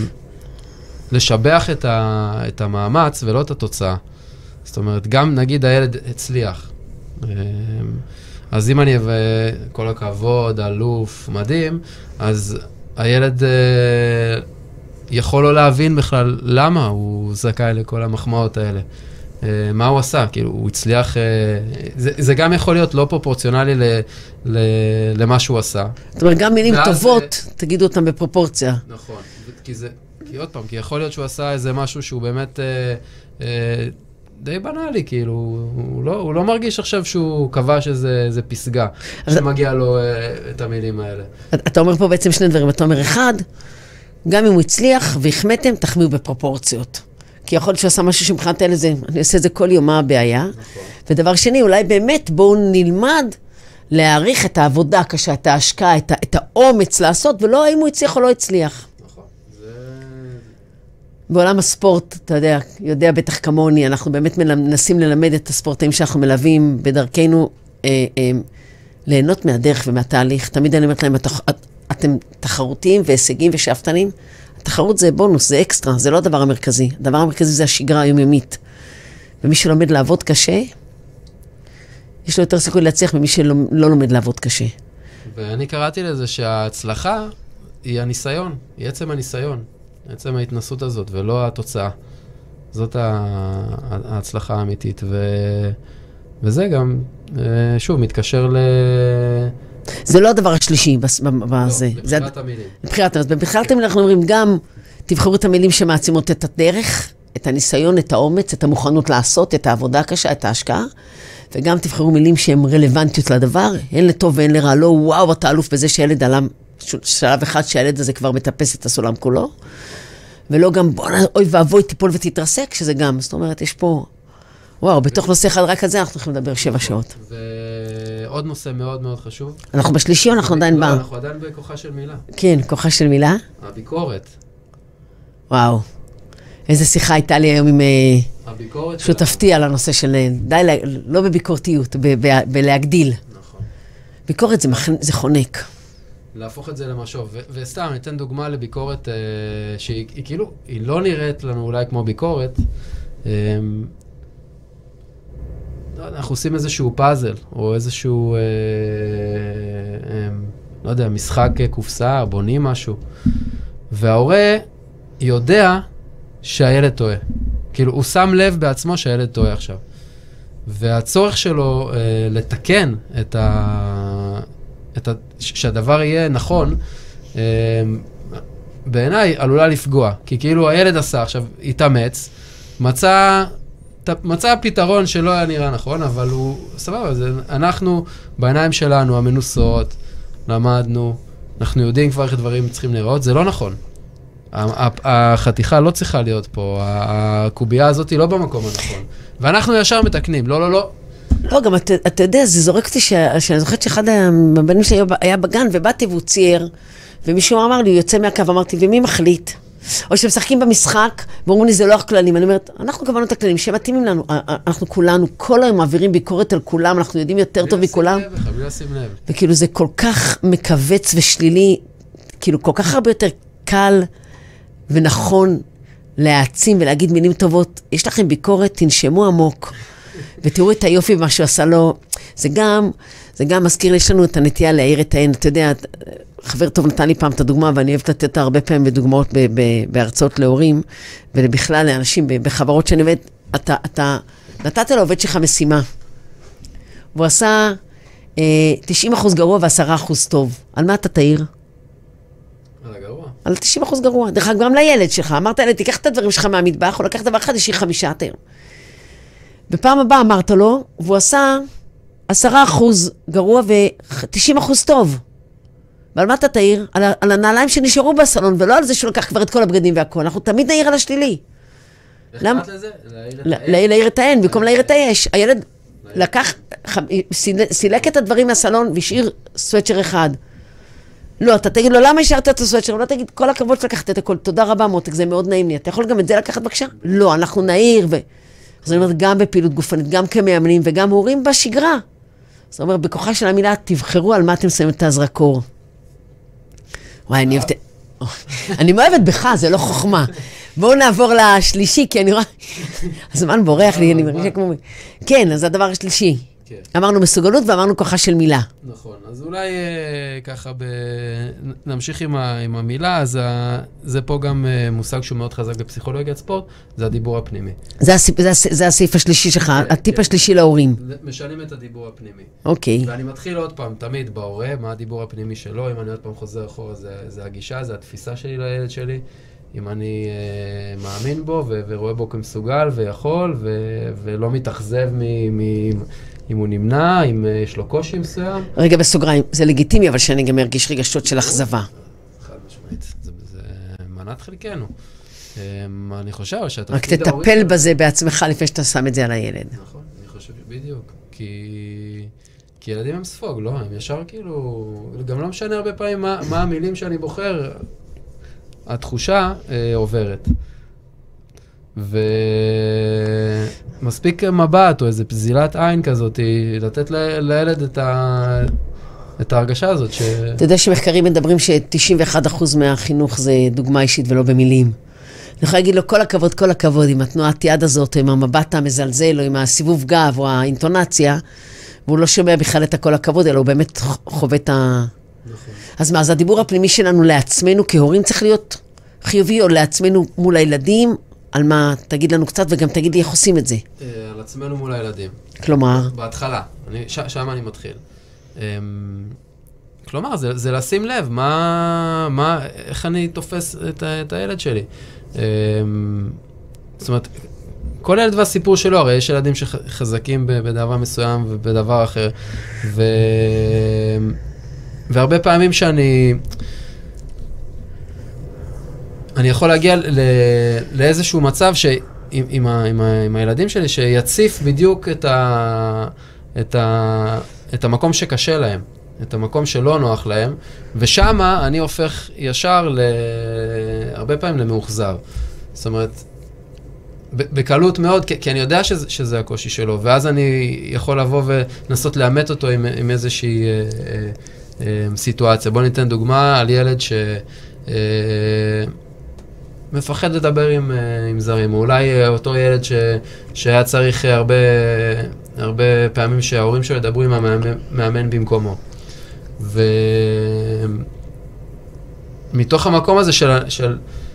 לשבח את, ה, את המאמץ ולא את התוצאה. זאת אומרת, גם נגיד הילד הצליח. Um, אז אם אני אבוא כל הכבוד, אלוף, מדהים, אז הילד uh, יכול לא להבין בכלל למה הוא זכאי לכל המחמאות האלה. מה הוא עשה? כאילו, הוא הצליח... זה, זה גם יכול להיות לא פרופורציונלי ל, ל, למה שהוא עשה. זאת אומרת, גם מילים טובות, זה... תגידו אותם בפרופורציה. נכון. כי זה... כי עוד פעם, כי יכול להיות שהוא עשה איזה משהו שהוא באמת אה, אה, די בנאלי, כאילו, הוא לא, הוא לא מרגיש עכשיו שהוא כבש איזה, איזה פסגה, אז... שמגיע לו אה, את המילים האלה. אתה אומר פה בעצם שני דברים. אתה אומר, אחד, גם אם הוא הצליח והחמאתם, תחמיאו בפרופורציות. כי יכול להיות שהוא עשה משהו שמבחינת האלה, אני עושה את זה כל יום, מה הבעיה. נכון. ודבר שני, אולי באמת בואו נלמד להעריך את העבודה הקשה, את ההשקעה, את, את האומץ לעשות, ולא האם הוא הצליח או לא הצליח. נכון. זה... בעולם הספורט, אתה יודע, יודע בטח כמוני, אנחנו באמת מנסים ללמד את הספורטאים שאנחנו מלווים בדרכנו, אה, אה, ליהנות מהדרך ומהתהליך. תמיד אני אומרת להם, את, את, אתם תחרותיים והישגים ושאפתנים, התחרות זה בונוס, זה אקסטרה, זה לא הדבר המרכזי. הדבר המרכזי זה השגרה היומיומית. ומי שלומד לעבוד קשה, יש לו יותר סיכוי להצליח ממי שלא לא לומד לעבוד קשה. ואני קראתי לזה שההצלחה היא הניסיון, היא עצם הניסיון, עצם ההתנסות הזאת, ולא התוצאה. זאת ההצלחה האמיתית. ו... וזה גם, שוב, מתקשר ל... זה לא הדבר השלישי בזה. לא, בבחירת המילים. בבחירת המילים. בבחירת המילים אנחנו אומרים גם, תבחרו את המילים שמעצימות את הדרך, את הניסיון, את האומץ, את המוכנות לעשות, את העבודה הקשה, את ההשקעה, וגם תבחרו מילים שהן רלוונטיות לדבר, הן לטוב והן לרע, לא וואו, אתה אלוף בזה שהילד עלם, שלב אחד שהילד הזה כבר מטפס את הסולם כולו, ולא גם בוא, אוי ואבוי, תיפול ותתרסק, שזה גם, זאת אומרת, יש פה, וואו, בתוך נושא אחד רק על זה אנחנו יכולים לדבר שבע שעות. ועוד נושא מאוד מאוד חשוב. אנחנו בשלישי או אנחנו עדיין בא? לא, אנחנו עדיין בכוחה של מילה. כן, כוחה של מילה. הביקורת. וואו, איזה שיחה הייתה לי היום עם הביקורת שותפתי על הנושא של, די, לא בביקורתיות, בלהגדיל. נכון. ביקורת זה חונק. להפוך את זה למשהו, וסתם, אני אתן דוגמה לביקורת שהיא כאילו, היא לא נראית לנו אולי כמו ביקורת, אנחנו עושים איזשהו פאזל, או איזשהו, לא יודע, משחק קופסה, בונים משהו, וההורה יודע שהילד טועה. כאילו, הוא שם לב בעצמו שהילד טועה עכשיו. והצורך שלו לתקן את ה... את ה... שהדבר יהיה נכון, בעיניי עלולה לפגוע. כי כאילו הילד עשה עכשיו, התאמץ, מצא... מצא פתרון שלא היה נראה נכון, אבל הוא, סבבה, זה, אנחנו בעיניים שלנו, המנוסות, למדנו, אנחנו יודעים כבר איך דברים צריכים לראות, זה לא נכון. החתיכה לא צריכה להיות פה, הקובייה הזאת היא לא במקום הנכון. ואנחנו ישר מתקנים, לא, לא, לא. לא, גם אתה, אתה יודע, זה זורק אותי שאני זוכרת שאחד הבנים שלי היה בגן, ובאתי והוא צייר, ומישהו אמר לי, הוא יוצא מהקו, אמרתי, ומי מחליט? או שמשחקים במשחק, ואומרים לי, זה לא הכללים. אני אומרת, אנחנו קבענו את הכללים שמתאימים לנו. אנחנו כולנו, כל היום מעבירים ביקורת על כולם, אנחנו יודעים יותר טוב מכולם. בלי לשים לב. וכאילו זה כל כך מקווץ ושלילי, כאילו כל כך הרבה יותר קל ונכון להעצים ולהגיד מילים טובות. יש לכם ביקורת, תנשמו עמוק, ותראו את היופי במה שהוא עשה לו. זה גם, זה גם מזכיר, יש לנו את הנטייה להעיר את העין. אתה יודע, חבר טוב נתן לי פעם את הדוגמה, ואני אוהבת לתת אותה הרבה פעמים בדוגמאות בהרצאות להורים, ובכלל לאנשים בחברות שאני עובדת, אתה, אתה נתת לעובד שלך משימה, והוא עשה אה, תשעים אחוז גרוע ועשרה אחוז טוב. על מה אתה תעיר? על הגרוע. על תשעים אחוז גרוע. דרך אגב, גם לילד שלך. אמרת לילד, תיקח את הדברים שלך מהמטבח, או לקח דבר אחד, יש לי חמישה תאיר. בפעם הבאה אמרת לו, והוא עשה עשרה אחוז גרוע ו-תשעים אחוז טוב. ועל מה אתה תעיר? על, על הנעליים שנשארו בסלון, ולא על זה שהוא לקח כבר את כל הבגדים והכל. אנחנו תמיד נעיר על השלילי. איך קראת לזה? להעיר את העין, במקום להעיר את היש. הילד לקח, סילק את הדברים מהסלון, והשאיר סוויצ'ר אחד. לא, אתה תגיד לו, למה השארת את הסוויצ'ר? לא תגיד, כל הכבוד שלקחת את הכל. תודה רבה, מותק, זה מאוד נעים לי. אתה יכול גם את זה לקחת בבקשה? לא, אנחנו נעיר. ו... אז אני אומרת, גם בפעילות גופנית, גם כמאמנים, וגם הורים בשגרה. זאת אומרת, בכוחה של המילה, תבחרו על מה אתם שמים את הזרקור. וואי, אני אוהבת... אני מאוהבת בך, זה לא חוכמה. בואו נעבור לשלישי, כי אני רואה... הזמן בורח לי, אני מרגישה כמו... כן, אז זה הדבר השלישי. אמרנו מסוגלות ואמרנו כוחה של מילה. נכון, אז אולי ככה נמשיך עם המילה, אז זה פה גם מושג שהוא מאוד חזק בפסיכולוגיית ספורט, זה הדיבור הפנימי. זה הסעיף השלישי שלך, הטיפ השלישי להורים. משנים את הדיבור הפנימי. אוקיי. ואני מתחיל עוד פעם, תמיד בהורה, מה הדיבור הפנימי שלו, אם אני עוד פעם חוזר אחורה, זה הגישה, זה התפיסה שלי לילד שלי, אם אני מאמין בו ורואה בו כמסוגל ויכול, ולא מתאכזב מ... אם הוא נמנע, אם יש לו קושי מסוים. רגע, בסוגריים, זה לגיטימי, אבל שאני גם מרגיש רגשות של אכזבה. חד משמעית, זה, זה מנת חלקנו. אני חושב שאתה... רק תטפל בזה בעצמך לפני שאתה שם את זה על הילד. נכון, אני חושב בדיוק. כי, כי ילדים הם ספוג, לא? הם ישר כאילו... גם לא משנה הרבה פעמים מה, מה המילים שאני בוחר, התחושה אה, עוברת. ומספיק מבט או איזה פזילת עין כזאת, לתת ל... לילד את, ה... את ההרגשה הזאת ש... אתה יודע שמחקרים מדברים ש-תשעים ואחד אחוז מהחינוך זה דוגמה אישית ולא במילים. אני יכולה להגיד לו כל הכבוד, כל הכבוד, עם התנועת יד הזאת, עם המבט המזלזל, או עם הסיבוב גב, או האינטונציה, והוא לא שומע בכלל את הכל הכבוד, אלא הוא באמת חווה את ה... נכון. אז מה, אז הדיבור הפנימי שלנו לעצמנו כהורים צריך להיות חיובי, או לעצמנו מול הילדים, על מה, תגיד לנו קצת, וגם תגיד לי איך עושים את זה. על עצמנו מול הילדים. כלומר? בהתחלה, אני, ש, שם אני מתחיל. כלומר, זה, זה לשים לב, מה, מה, איך אני תופס את, את הילד שלי. זאת אומרת, כל ילד והסיפור שלו, הרי יש ילדים שחזקים בדבר מסוים ובדבר אחר, ו... והרבה פעמים שאני... אני יכול להגיע ל... לאיזשהו מצב ש... עם, עם, ה... עם, ה... עם הילדים שלי, שיציף בדיוק את, ה... את, ה... את המקום שקשה להם, את המקום שלא נוח להם, ושם אני הופך ישר ל... הרבה פעמים למאוחזר. זאת אומרת, בקלות מאוד, כי, כי אני יודע שזה, שזה הקושי שלו, ואז אני יכול לבוא ולנסות לאמת אותו עם, עם איזושהי אה, אה, אה, סיטואציה. בוא ניתן דוגמה על ילד ש... אה, מפחד לדבר עם, עם זרים, או אולי אותו ילד ש, שהיה צריך הרבה, הרבה פעמים שההורים שלו ידברו עם המאמן במקומו. ומתוך המקום הזה של, של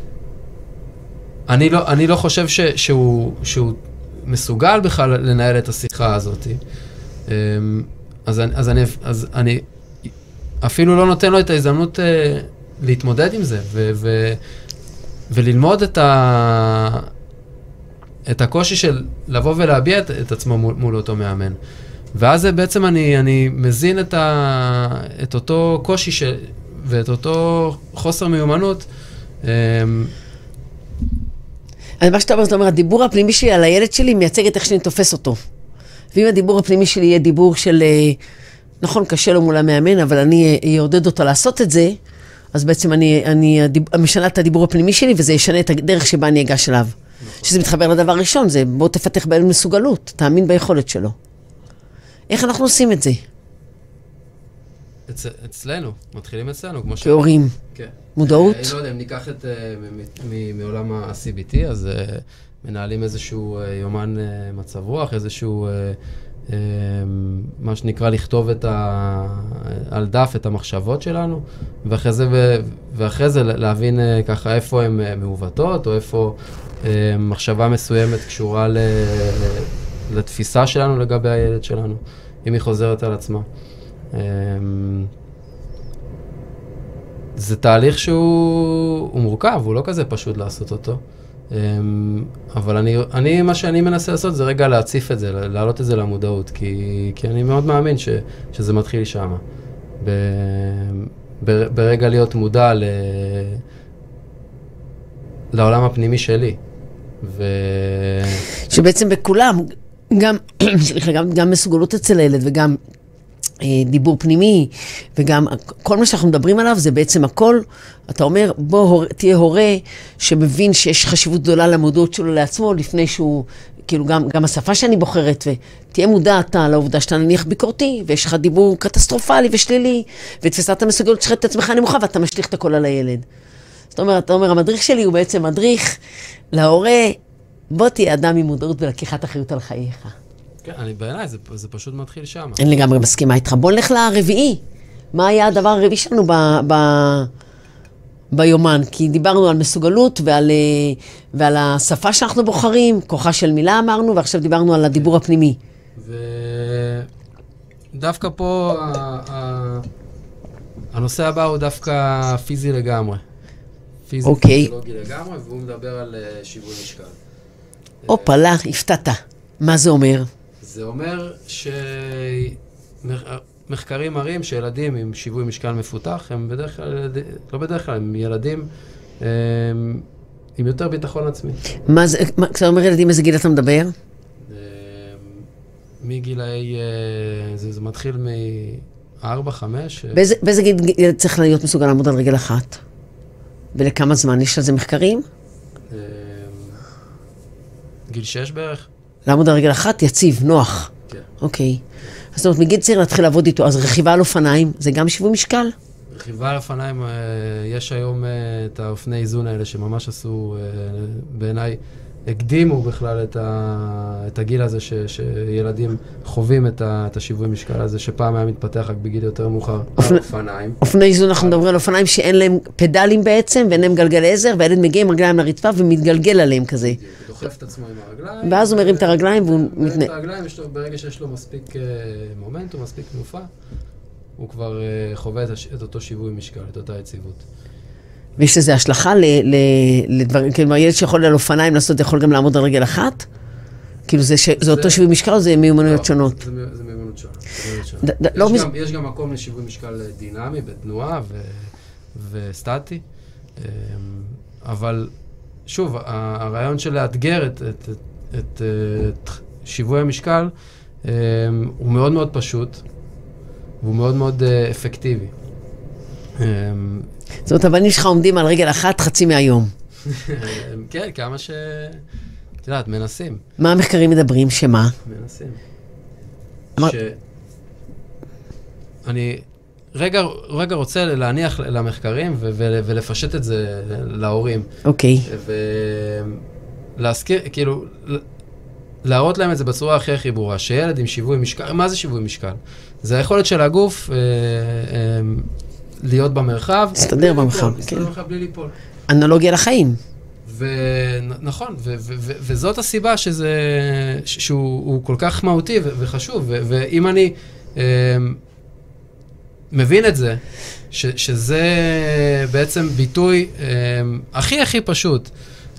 אני לא, אני לא חושב ש, שהוא, שהוא מסוגל בכלל לנהל את השיחה הזאת. אז אני, אז אני, אז אני אפילו לא נותן לו את ההזדמנות להתמודד עם זה, ו, ו, וללמוד את, ה... את הקושי של לבוא ולהביע את, את עצמו מול, מול אותו מאמן. ואז בעצם אני, אני מזין את, ה... את אותו קושי ש... ואת אותו חוסר מיומנות. אז מה שאתה אומר, זאת אומרת, הדיבור הפנימי שלי על הילד שלי מייצג את איך שאני תופס אותו. ואם הדיבור הפנימי שלי יהיה דיבור של, נכון, קשה לו מול המאמן, אבל אני אעודד אותו לעשות את זה, אז בעצם אני, אני משנה את הדיבור הפנימי שלי, וזה ישנה את הדרך שבה אני אגש אליו. נכון. שזה מתחבר לדבר ראשון, זה בוא תפתח בילד מסוגלות, תאמין ביכולת שלו. איך אנחנו עושים את זה? אצ, אצלנו, מתחילים אצלנו, כמו ש... כהורים. כן. מודעות? אני לא יודע, אם ניקח את, מעולם ה-סי בי טי, אז מנהלים איזשהו יומן מצב רוח, איזשהו... מה שנקרא לכתוב את ה... על דף את המחשבות שלנו, ואחרי זה, ואחרי זה להבין ככה איפה הן מעוותות, או איפה מחשבה מסוימת קשורה ל... לתפיסה שלנו לגבי הילד שלנו, אם היא חוזרת על עצמה. זה תהליך שהוא מורכב, הוא לא כזה פשוט לעשות אותו. אבל אני, אני, מה שאני מנסה לעשות זה רגע להציף את זה, להעלות את זה למודעות, כי, כי אני מאוד מאמין ש, שזה מתחיל שם. ב, ב, ברגע להיות מודע ל, לעולם הפנימי שלי. ו... שבעצם בכולם, גם, סליחה, גם, גם מסוגלות אצל הילד וגם דיבור פנימי, וגם כל מה שאנחנו מדברים עליו זה בעצם הכל, אתה אומר, בוא תהיה הורה שמבין שיש חשיבות גדולה למודעות שלו לעצמו, לפני שהוא, כאילו גם, גם השפה שאני בוחרת, ותהיה מודע אתה לעובדה שאתה נניח ביקורתי, ויש לך דיבור קטסטרופלי ושלילי, ותפיסת המסוגלות שלך את עצמך נמוכה, ואתה משליך את הכל על הילד. זאת אומרת, אתה אומר, המדריך שלי הוא בעצם מדריך להורה, בוא תהיה אדם עם מודעות ולקיחת אחריות על חייך. כן, אני בעיניי, זה, זה פשוט מתחיל שם. אני לגמרי מסכימה איתך. בוא נלך לרביעי. מה היה הדבר הרביעי שלנו ב, ב, ביומן? כי דיברנו על מסוגלות ועל, ועל השפה שאנחנו בוחרים, כוחה של מילה אמרנו, ועכשיו דיברנו על הדיבור הפנימי. ודווקא פה, הנושא הבא הוא דווקא פיזי לגמרי. פיזי, okay. פיזיולוגי לגמרי, והוא מדבר על שיווי משקל. אופלה, הפתעת. מה זה אומר? זה אומר שמחקרים מראים שילדים עם שיווי משקל מפותח, הם בדרך כלל, לא בדרך כלל, הם ילדים הם, עם יותר ביטחון עצמי. מה זה, כשאתה אומר ילדים, איזה גיל אתה מדבר? מגילאי, זה, זה מתחיל מ-ארבע, חמש. באיזה, באיזה גיל צריך להיות מסוגל לעמוד על רגל אחת? ולכמה זמן יש על זה מחקרים? גיל שש בערך. לעמוד על רגל אחת, יציב, נוח. כן. אוקיי. אז זאת אומרת, מגיל צעיר להתחיל לעבוד איתו, אז רכיבה על אופניים, זה גם שיווי משקל? רכיבה על אופניים, יש היום את האופני איזון האלה שממש עשו, בעיניי, הקדימו בכלל את, ה, את הגיל הזה ש, שילדים חווים את, ה, את השיווי משקל הזה, שפעם היה מתפתח רק בגיל יותר מאוחר. אופנ... אופניים. אופני איזון, אנחנו מדברים על אופניים שאין להם פדלים בעצם, ואין להם גלגלי עזר, והילד מגיע עם רגליים לרצפה ומתגלגל עליהם כזה. דוחף את עצמו עם הרגליים. ואז הוא מרים את הרגליים והוא מתנה... את הרגליים, ברגע שיש לו מספיק מומנטום, מספיק תנופה, הוא כבר חווה את, הש... את אותו שיווי משקל, את אותה יציבות. ויש לזה השלכה לדברים, כלומר, ילד שיכול על אופניים לעשות, יכול גם לעמוד על רגל אחת? כאילו זה, ש... זה אותו שיווי משקל או זה מיומנויות לא, שונות? זה, זה מיומנות שונות. ד, ד, יש, לא גם, מז... יש גם מקום לשיווי משקל דינמי בתנועה ו, וסטטי, אבל שוב, הרעיון של לאתגר את, את, את, את, את שיווי המשקל הוא מאוד מאוד פשוט, והוא מאוד מאוד אפקטיבי. זאת אומרת, הבנים שלך עומדים על רגל אחת חצי מהיום. כן, כמה ש... את יודעת, מנסים. מה המחקרים מדברים? שמה? מנסים. אמר... ש... אני רגע, רגע רוצה להניח למחקרים ו- ו- ולפשט את זה להורים. אוקיי. ולהזכיר, כאילו, להראות להם את זה בצורה הכי הכי ברורה, שילד עם שיווי משקל, מה זה שיווי משקל? זה היכולת של הגוף אה, אה, להיות במרחב. להסתדר במרחב, כן. להסתדר במרחב בלי ליפול. אנלוגיה לחיים. ונכון, וזאת הסיבה שזה, שהוא כל כך מהותי וחשוב, ואם אני מבין את זה, שזה בעצם ביטוי הכי הכי פשוט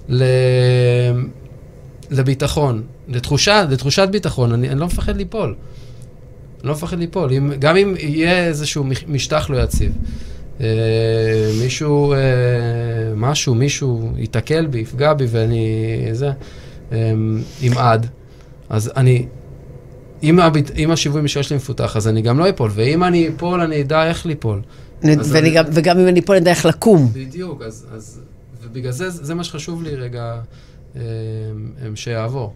לביטחון, לתחושת ביטחון, אני לא מפחד ליפול. אני לא מפחד ליפול, גם אם יהיה איזשהו משטח לא יציב. מישהו, משהו, מישהו יתקל בי, יפגע בי ואני, זה, ימעד. אז אני, אם השיווי משקל שלי מפותח, אז אני גם לא אפול, ואם אני אפול, אני אדע איך ליפול. וגם אם אני אפול, אני אדע איך לקום. בדיוק, אז, ובגלל זה, זה מה שחשוב לי רגע, שיעבור.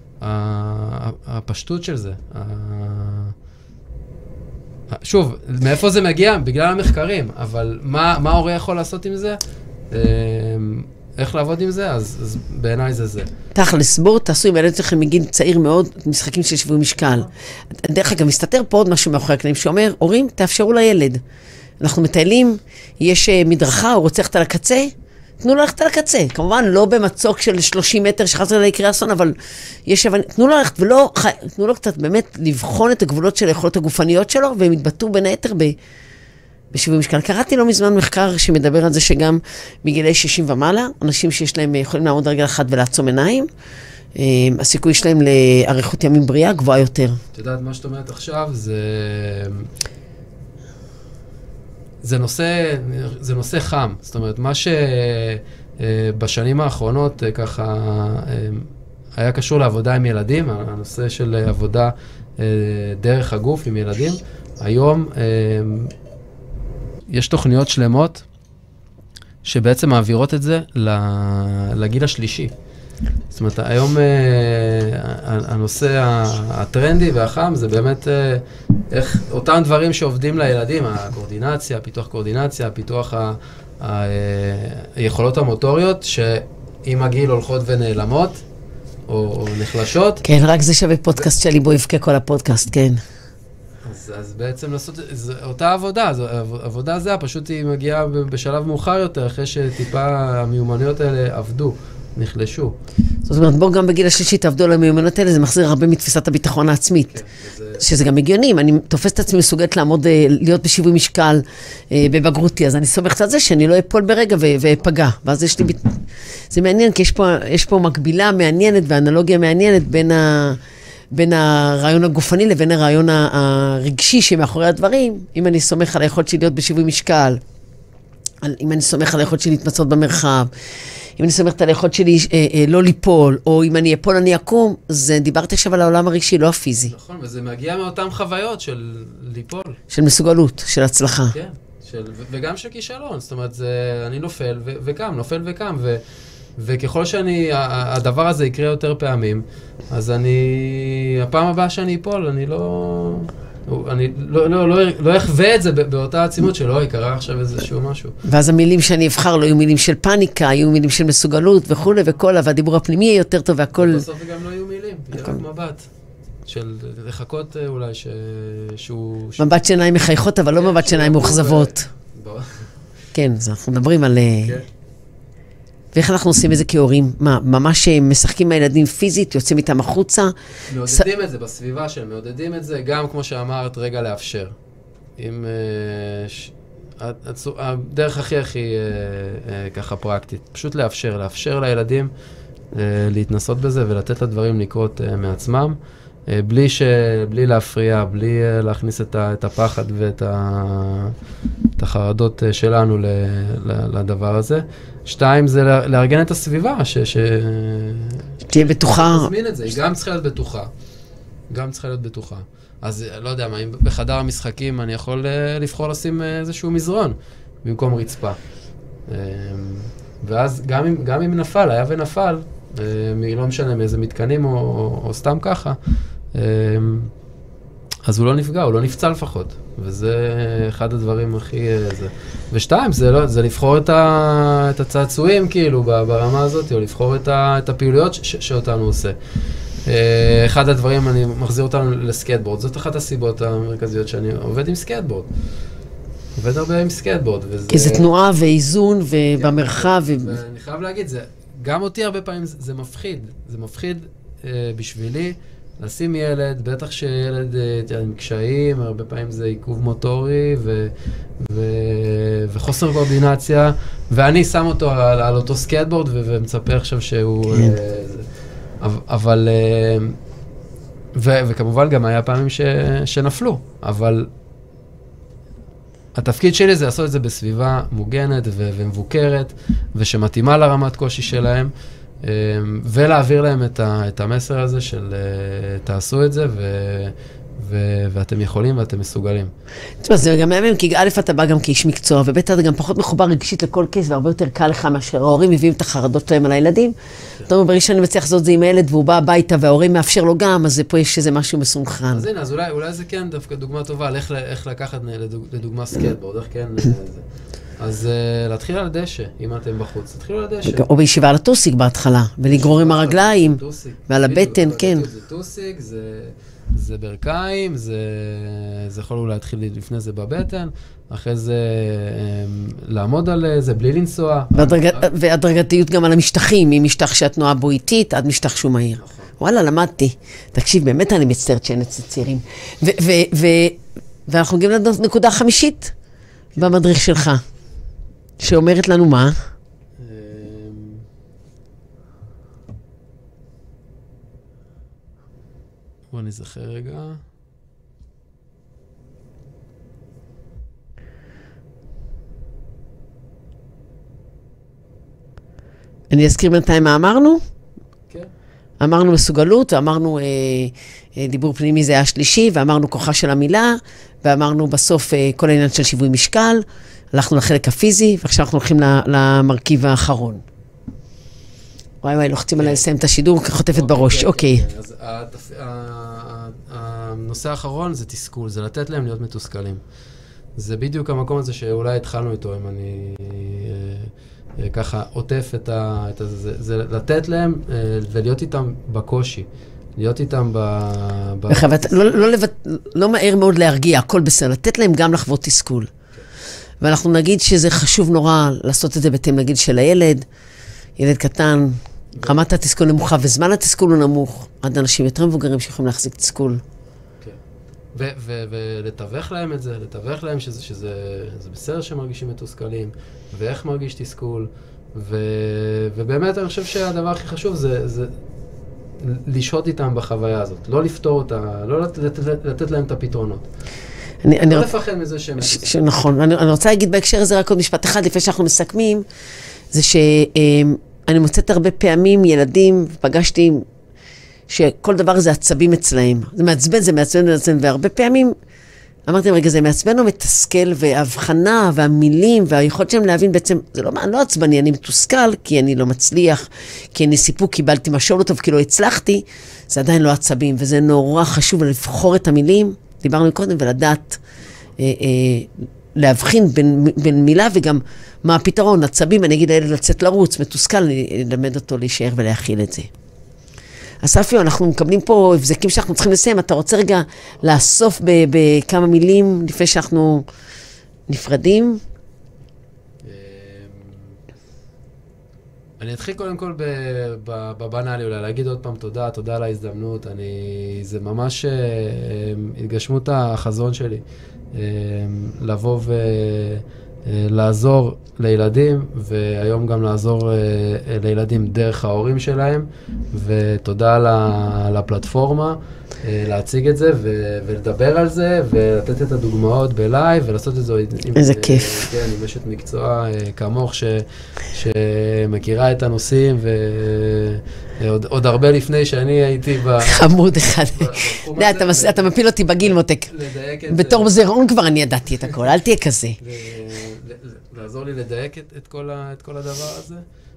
הפשטות של זה, שוב, מאיפה זה מגיע? בגלל המחקרים, אבל מה, מה ההורה יכול לעשות עם זה? איך לעבוד עם זה? אז, אז בעיניי זה זה. תכלס, בואו תעשו עם הילד שלכם מגיל צעיר מאוד, משחקים של שיווי משקל. דרך אגב, מסתתר פה עוד משהו מאחורי הקלעים שאומר, הורים, תאפשרו לילד. אנחנו מטיילים, יש מדרכה, הוא רוצה ללכת על הקצה, תנו לו ללכת על הקצה. כמובן, לא במצוק של שלושים מטר שחזר לה יקרה אסון, אבל יש, אבל תנו לו ללכת, ולא, תנו לו קצת באמת לבחון את הגבולות של היכולות הגופניות שלו, והם התבטאו בין היתר ב, בשיווי משקל. קראתי לא מזמן מחקר שמדבר על זה שגם מגילי שישים ומעלה, אנשים שיש להם, יכולים לעמוד רגל אחת ולעצום עיניים, הסיכוי שלהם לאריכות ימים בריאה גבוהה יותר. את יודעת, מה שאת אומרת עכשיו זה... זה נושא, זה נושא חם. זאת אומרת, מה שבשנים האחרונות ככה היה קשור לעבודה עם ילדים, הנושא של עבודה דרך הגוף עם ילדים, היום יש תוכניות שלמות שבעצם מעבירות את זה לגיל השלישי. זאת אומרת, היום הנושא הטרנדי והחם זה באמת איך אותם דברים שעובדים לילדים, הקואורדינציה, פיתוח קואורדינציה, פיתוח היכולות המוטוריות, שעם הגיל הולכות ונעלמות או נחלשות. כן, רק זה שווה פודקאסט שלי, בו יבכה כל הפודקאסט, כן. אז, אז בעצם לעשות, זה, אותה עבודה, זו, עבודה זה, פשוט היא מגיעה בשלב מאוחר יותר, אחרי שטיפה המיומנויות האלה עבדו, נחלשו. זאת אומרת, בואו גם בגיל השלישי תעבדו על המיומנויות האלה, זה מחזיר הרבה מתפיסת הביטחון העצמית. כן, וזה... שזה גם הגיוני, אם אני תופס את עצמי מסוגלת לעמוד, להיות בשיווי משקל בבגרותי, אז אני סומכת על זה שאני לא אפול ברגע ואפגע. ואז יש לי... זה מעניין, כי יש פה, יש פה מקבילה מעניינת ואנלוגיה מעניינת בין ה... בין הרעיון הגופני לבין הרעיון הרגשי שמאחורי הדברים. אם אני סומך על היכולת שלי להיות בשיווי משקל, אם אני סומך על היכולת שלי להתמצאות במרחב, אם אני סומכת על היכולת שלי אה, אה, לא ליפול, או אם אני אפול אני אקום, זה דיברתי עכשיו על העולם הרגשי, לא הפיזי. נכון, וזה מגיע מאותן חוויות של ליפול. של מסוגלות, של הצלחה. כן, של, וגם של כישלון. זאת אומרת, זה, אני נופל ו- וקם, נופל וקם, ו... וככל שאני, הדבר הזה יקרה יותר פעמים, אז אני, הפעם הבאה שאני אפול, אני לא, אני לא, לא, לא, לא אחווה את זה באותה עצימות שלא יקרה עכשיו איזשהו משהו. ואז המילים שאני אבחר לא יהיו מילים של פניקה, יהיו מילים של מסוגלות וכו' וכל, והדיבור הפנימי יהיה יותר טוב והכל... בסוף גם לא יהיו מילים, יהיה רק מבט. של לחכות אולי ש... שהוא... מבט שעיניים מחייכות, אבל לא מבט שעיניים מאוכזבות. כן, אז אנחנו מדברים על... ואיך אנחנו עושים את זה כהורים? מה, ממש משחקים עם הילדים פיזית, יוצאים איתם החוצה? מעודדים את זה בסביבה שלהם, מעודדים את זה, גם כמו שאמרת, רגע לאפשר. עם... הדרך הכי הכי ככה פרקטית, פשוט לאפשר, לאפשר לילדים להתנסות בזה ולתת לדברים לקרות מעצמם, בלי, ש... בלי להפריע, בלי להכניס את, ה... את הפחד ואת ה... את החרדות שלנו ל... לדבר הזה. שתיים, זה לארגן את הסביבה, ש... ש... תהיה בטוחה. תזמין את זה, היא גם צריכה להיות בטוחה. גם צריכה להיות בטוחה. אז לא יודע מה, אם בחדר המשחקים אני יכול לבחור לשים איזשהו מזרון, במקום רצפה. ואז גם אם, גם אם נפל, היה ונפל, לא משנה מאיזה מתקנים או, או, או סתם ככה, אז הוא לא נפגע, הוא לא נפצע לפחות. וזה אחד הדברים הכי... זה. ושתיים, זה, לא, זה לבחור את, ה, את הצעצועים כאילו ברמה הזאת, או לבחור את, ה, את הפעילויות ש, שאותנו עושה. אחד הדברים, אני מחזיר אותנו לסקייטבורד. זאת אחת הסיבות המרכזיות שאני עובד עם סקייטבורד. עובד הרבה עם סקייטבורד. כי זה תנועה ואיזון ובמרחב. ואני חייב להגיד, גם אותי הרבה פעמים זה מפחיד. זה מפחיד בשבילי לשים ילד, בטח שילד עם קשיים, הרבה פעמים זה עיכוב מוטורי וחוסר קואורדינציה, ואני שם אותו על אותו סקייטבורד ומצפה עכשיו שהוא... אבל, ו, וכמובן גם היה פעמים ש, שנפלו, אבל התפקיד שלי זה לעשות את זה בסביבה מוגנת ו, ומבוקרת, ושמתאימה לרמת קושי שלהם, ולהעביר להם את, ה, את המסר הזה של תעשו את זה, ו, ו, ואתם יכולים ואתם מסוגלים. תשמע, זה גם מהמם, כי א' אתה בא גם כאיש מקצוע, וב' אתה גם פחות מחובר רגשית לכל קייס, והרבה יותר קל לך מאשר ההורים מביאים את החרדות שלהם על הילדים. אתה אומר, בראשון אני מצליח לעשות את זה עם הילד, והוא בא הביתה, וההורים מאפשר לו גם, אז פה יש איזה משהו מסונכרן. אז הנה, אז אולי, אולי זה כן דווקא דוגמה טובה, על איך, איך לקחת לדוגמה סקייטבורד, איך כן זה. אז uh, להתחיל על הדשא, אם אתם בחוץ, תתחילו על הדשא. או בישיבה על הטוסיק בהתחלה, ולגרור עם הרגליים, ועל הבטן, כן. זה טוסיק, זה... זה ברכיים, זה, זה יכול אולי להתחיל לפני זה בבטן, אחרי זה לעמוד על זה בלי לנסוע. והדרג... והדרגתיות גם על המשטחים, ממשטח שהתנועה בו איטית עד משטח שהוא מהיר. נכון. וואלה, למדתי. תקשיב, באמת אני מצטערת שאין אצל צעירים. ו- ו- ו- ואנחנו מגיעים לנקודה חמישית במדריך שלך, שאומרת לנו מה? בוא נזכר רגע. אני אזכיר בינתיים מה אמרנו? כן. אמרנו מסוגלות, ואמרנו אה, אה, דיבור פנימי זה היה השלישי, ואמרנו כוחה של המילה, ואמרנו בסוף אה, כל העניין של שיווי משקל, הלכנו לחלק הפיזי, ועכשיו אנחנו הולכים למרכיב האחרון. וואי וואי, לוחצים עליי לסיים את השידור, חוטפת בראש, אוקיי. אז הנושא האחרון זה תסכול, זה לתת להם להיות מתוסכלים. זה בדיוק המקום הזה שאולי התחלנו איתו, אם אני ככה עוטף את זה, זה לתת להם ולהיות איתם בקושי, להיות איתם ב... לא מהר מאוד להרגיע, הכל בסדר, לתת להם גם לחוות תסכול. ואנחנו נגיד שזה חשוב נורא לעשות את זה בהתאם לגיל של הילד, ילד קטן, רמת התסכול נמוכה, וזמן התסכול הוא נמוך, עד אנשים יותר מבוגרים שיכולים להחזיק תסכול. ולתווך להם את זה, לתווך להם שזה בסדר שמרגישים מתוסכלים, ואיך מרגיש תסכול, ובאמת אני חושב שהדבר הכי חשוב זה לשהות איתם בחוויה הזאת, לא לפתור אותה, לא לתת להם את הפתרונות. לא לפחד מזה שהם... נכון, אני רוצה להגיד בהקשר הזה רק עוד משפט אחד, לפני שאנחנו מסכמים, זה שאני מוצאת הרבה פעמים ילדים, פגשתי שכל דבר זה עצבים אצלהם. זה מעצבן, זה מעצבן, זה מעצבן, והרבה פעמים אמרתי, רגע, זה מעצבן או מתסכל, וההבחנה והמילים והיכולת שלהם להבין בעצם, זה לא, לא עצבני, אני מתוסכל, כי אני לא מצליח, כי אני סיפוק, קיבלתי משהו לא טוב, כי לא הצלחתי, זה עדיין לא עצבים, וזה נורא חשוב לבחור את המילים, דיברנו קודם, ולדעת, אה, אה, להבחין בין, בין מילה וגם מה הפתרון, עצבים, אני אגיד לילד לצאת לרוץ, מתוסכל, אני אלמד אותו להישאר ולהכיל את זה. אספיו, אנחנו מקבלים פה הבזקים שאנחנו צריכים לסיים, אתה רוצה רגע לאסוף בכמה מילים לפני שאנחנו נפרדים? אני אתחיל קודם כל בבנאלי, אולי להגיד עוד פעם תודה, תודה על ההזדמנות, זה ממש התגשמות החזון שלי, לבוא לעזור לילדים, והיום גם לעזור לילדים דרך ההורים שלהם, ותודה לפלטפורמה, להציג את זה ולדבר על זה, ולתת את הדוגמאות בלייב, ולעשות את זה איזה כיף. כן, עם אשת מקצוע כמוך שמכירה את הנושאים, ועוד הרבה לפני שאני הייתי ב... חמוד אחד. אתה מפיל אותי בגיל מותק. בתור זרעון כבר אני ידעתי את הכל, אל תהיה כזה. לעזור לי לדייק את כל הדבר הזה.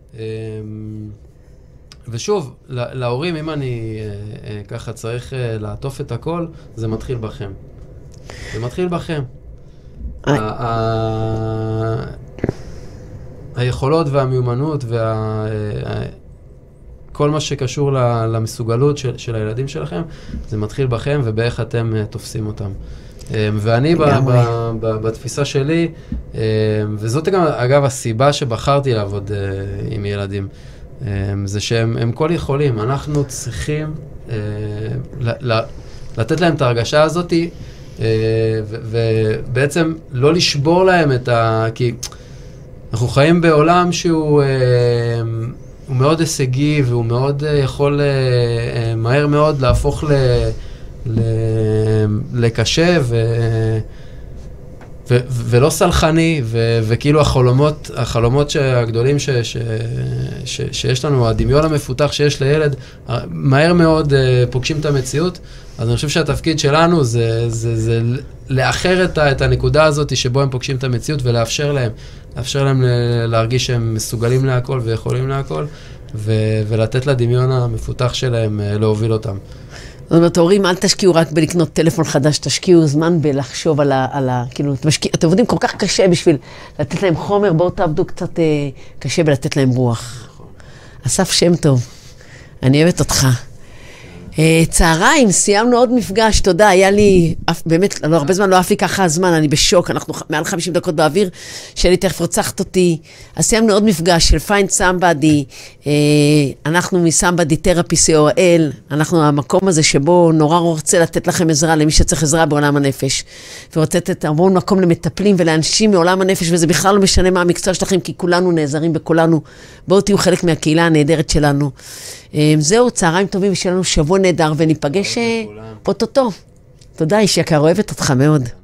ושוב, להורים, אם אני ככה צריך לעטוף את הכל, זה מתחיל בכם. זה מתחיל בכם. היכולות והמיומנות וכל מה שקשור למסוגלות של הילדים שלכם, זה מתחיל בכם ובאיך אתם תופסים אותם. ואני בתפיסה שלי, וזאת גם אגב הסיבה שבחרתי לעבוד עם ילדים, זה שהם כל יכולים, אנחנו צריכים לתת להם את ההרגשה הזאת, ובעצם לא לשבור להם את ה... כי אנחנו חיים בעולם שהוא מאוד הישגי, והוא מאוד יכול מהר מאוד להפוך לקשה ולא סלחני, וכאילו החלומות, החלומות הגדולים שיש לנו, הדמיון המפותח שיש לילד, מהר מאוד פוגשים את המציאות. אז אני חושב שהתפקיד שלנו זה לאחר את הנקודה הזאת שבו הם פוגשים את המציאות, ולאפשר להם, לאפשר להם להרגיש שהם מסוגלים להכל ויכולים להכל, ולתת לדמיון המפותח שלהם להוביל אותם. זאת אומרת, הורים, אל תשקיעו רק בלקנות טלפון חדש, תשקיעו זמן בלחשוב על ה... על ה כאילו, אתם עובדים כל כך קשה בשביל לתת להם חומר, בואו תעבדו קצת אה, קשה בלתת להם רוח. נכון. אסף שם טוב, אני אוהבת אותך. אה, צהריים, סיימנו עוד מפגש, תודה, היה לי, אף, באמת, לא, הרבה זמן לא אף לי ככה הזמן, אני בשוק, אנחנו מעל חמישים דקות באוויר, שלי תכף רוצחת אותי. אז סיימנו עוד מפגש של Find Somebody, אה, אנחנו מ-Somebody Therapy סי או אל, אנחנו המקום הזה שבו נורא רוצה לתת לכם עזרה, למי שצריך עזרה בעולם הנפש, ורוצה לתת המון מקום למטפלים ולאנשים מעולם הנפש, וזה בכלל לא משנה מה המקצוע שלכם, כי כולנו נעזרים בכולנו, בואו תהיו חלק מהקהילה הנהדרת שלנו. זהו, צהריים טובים, ושיהיה לנו שבוע נהדר, וניפגש פוטוטו. תודה, איש יקר, אוהבת אותך מאוד.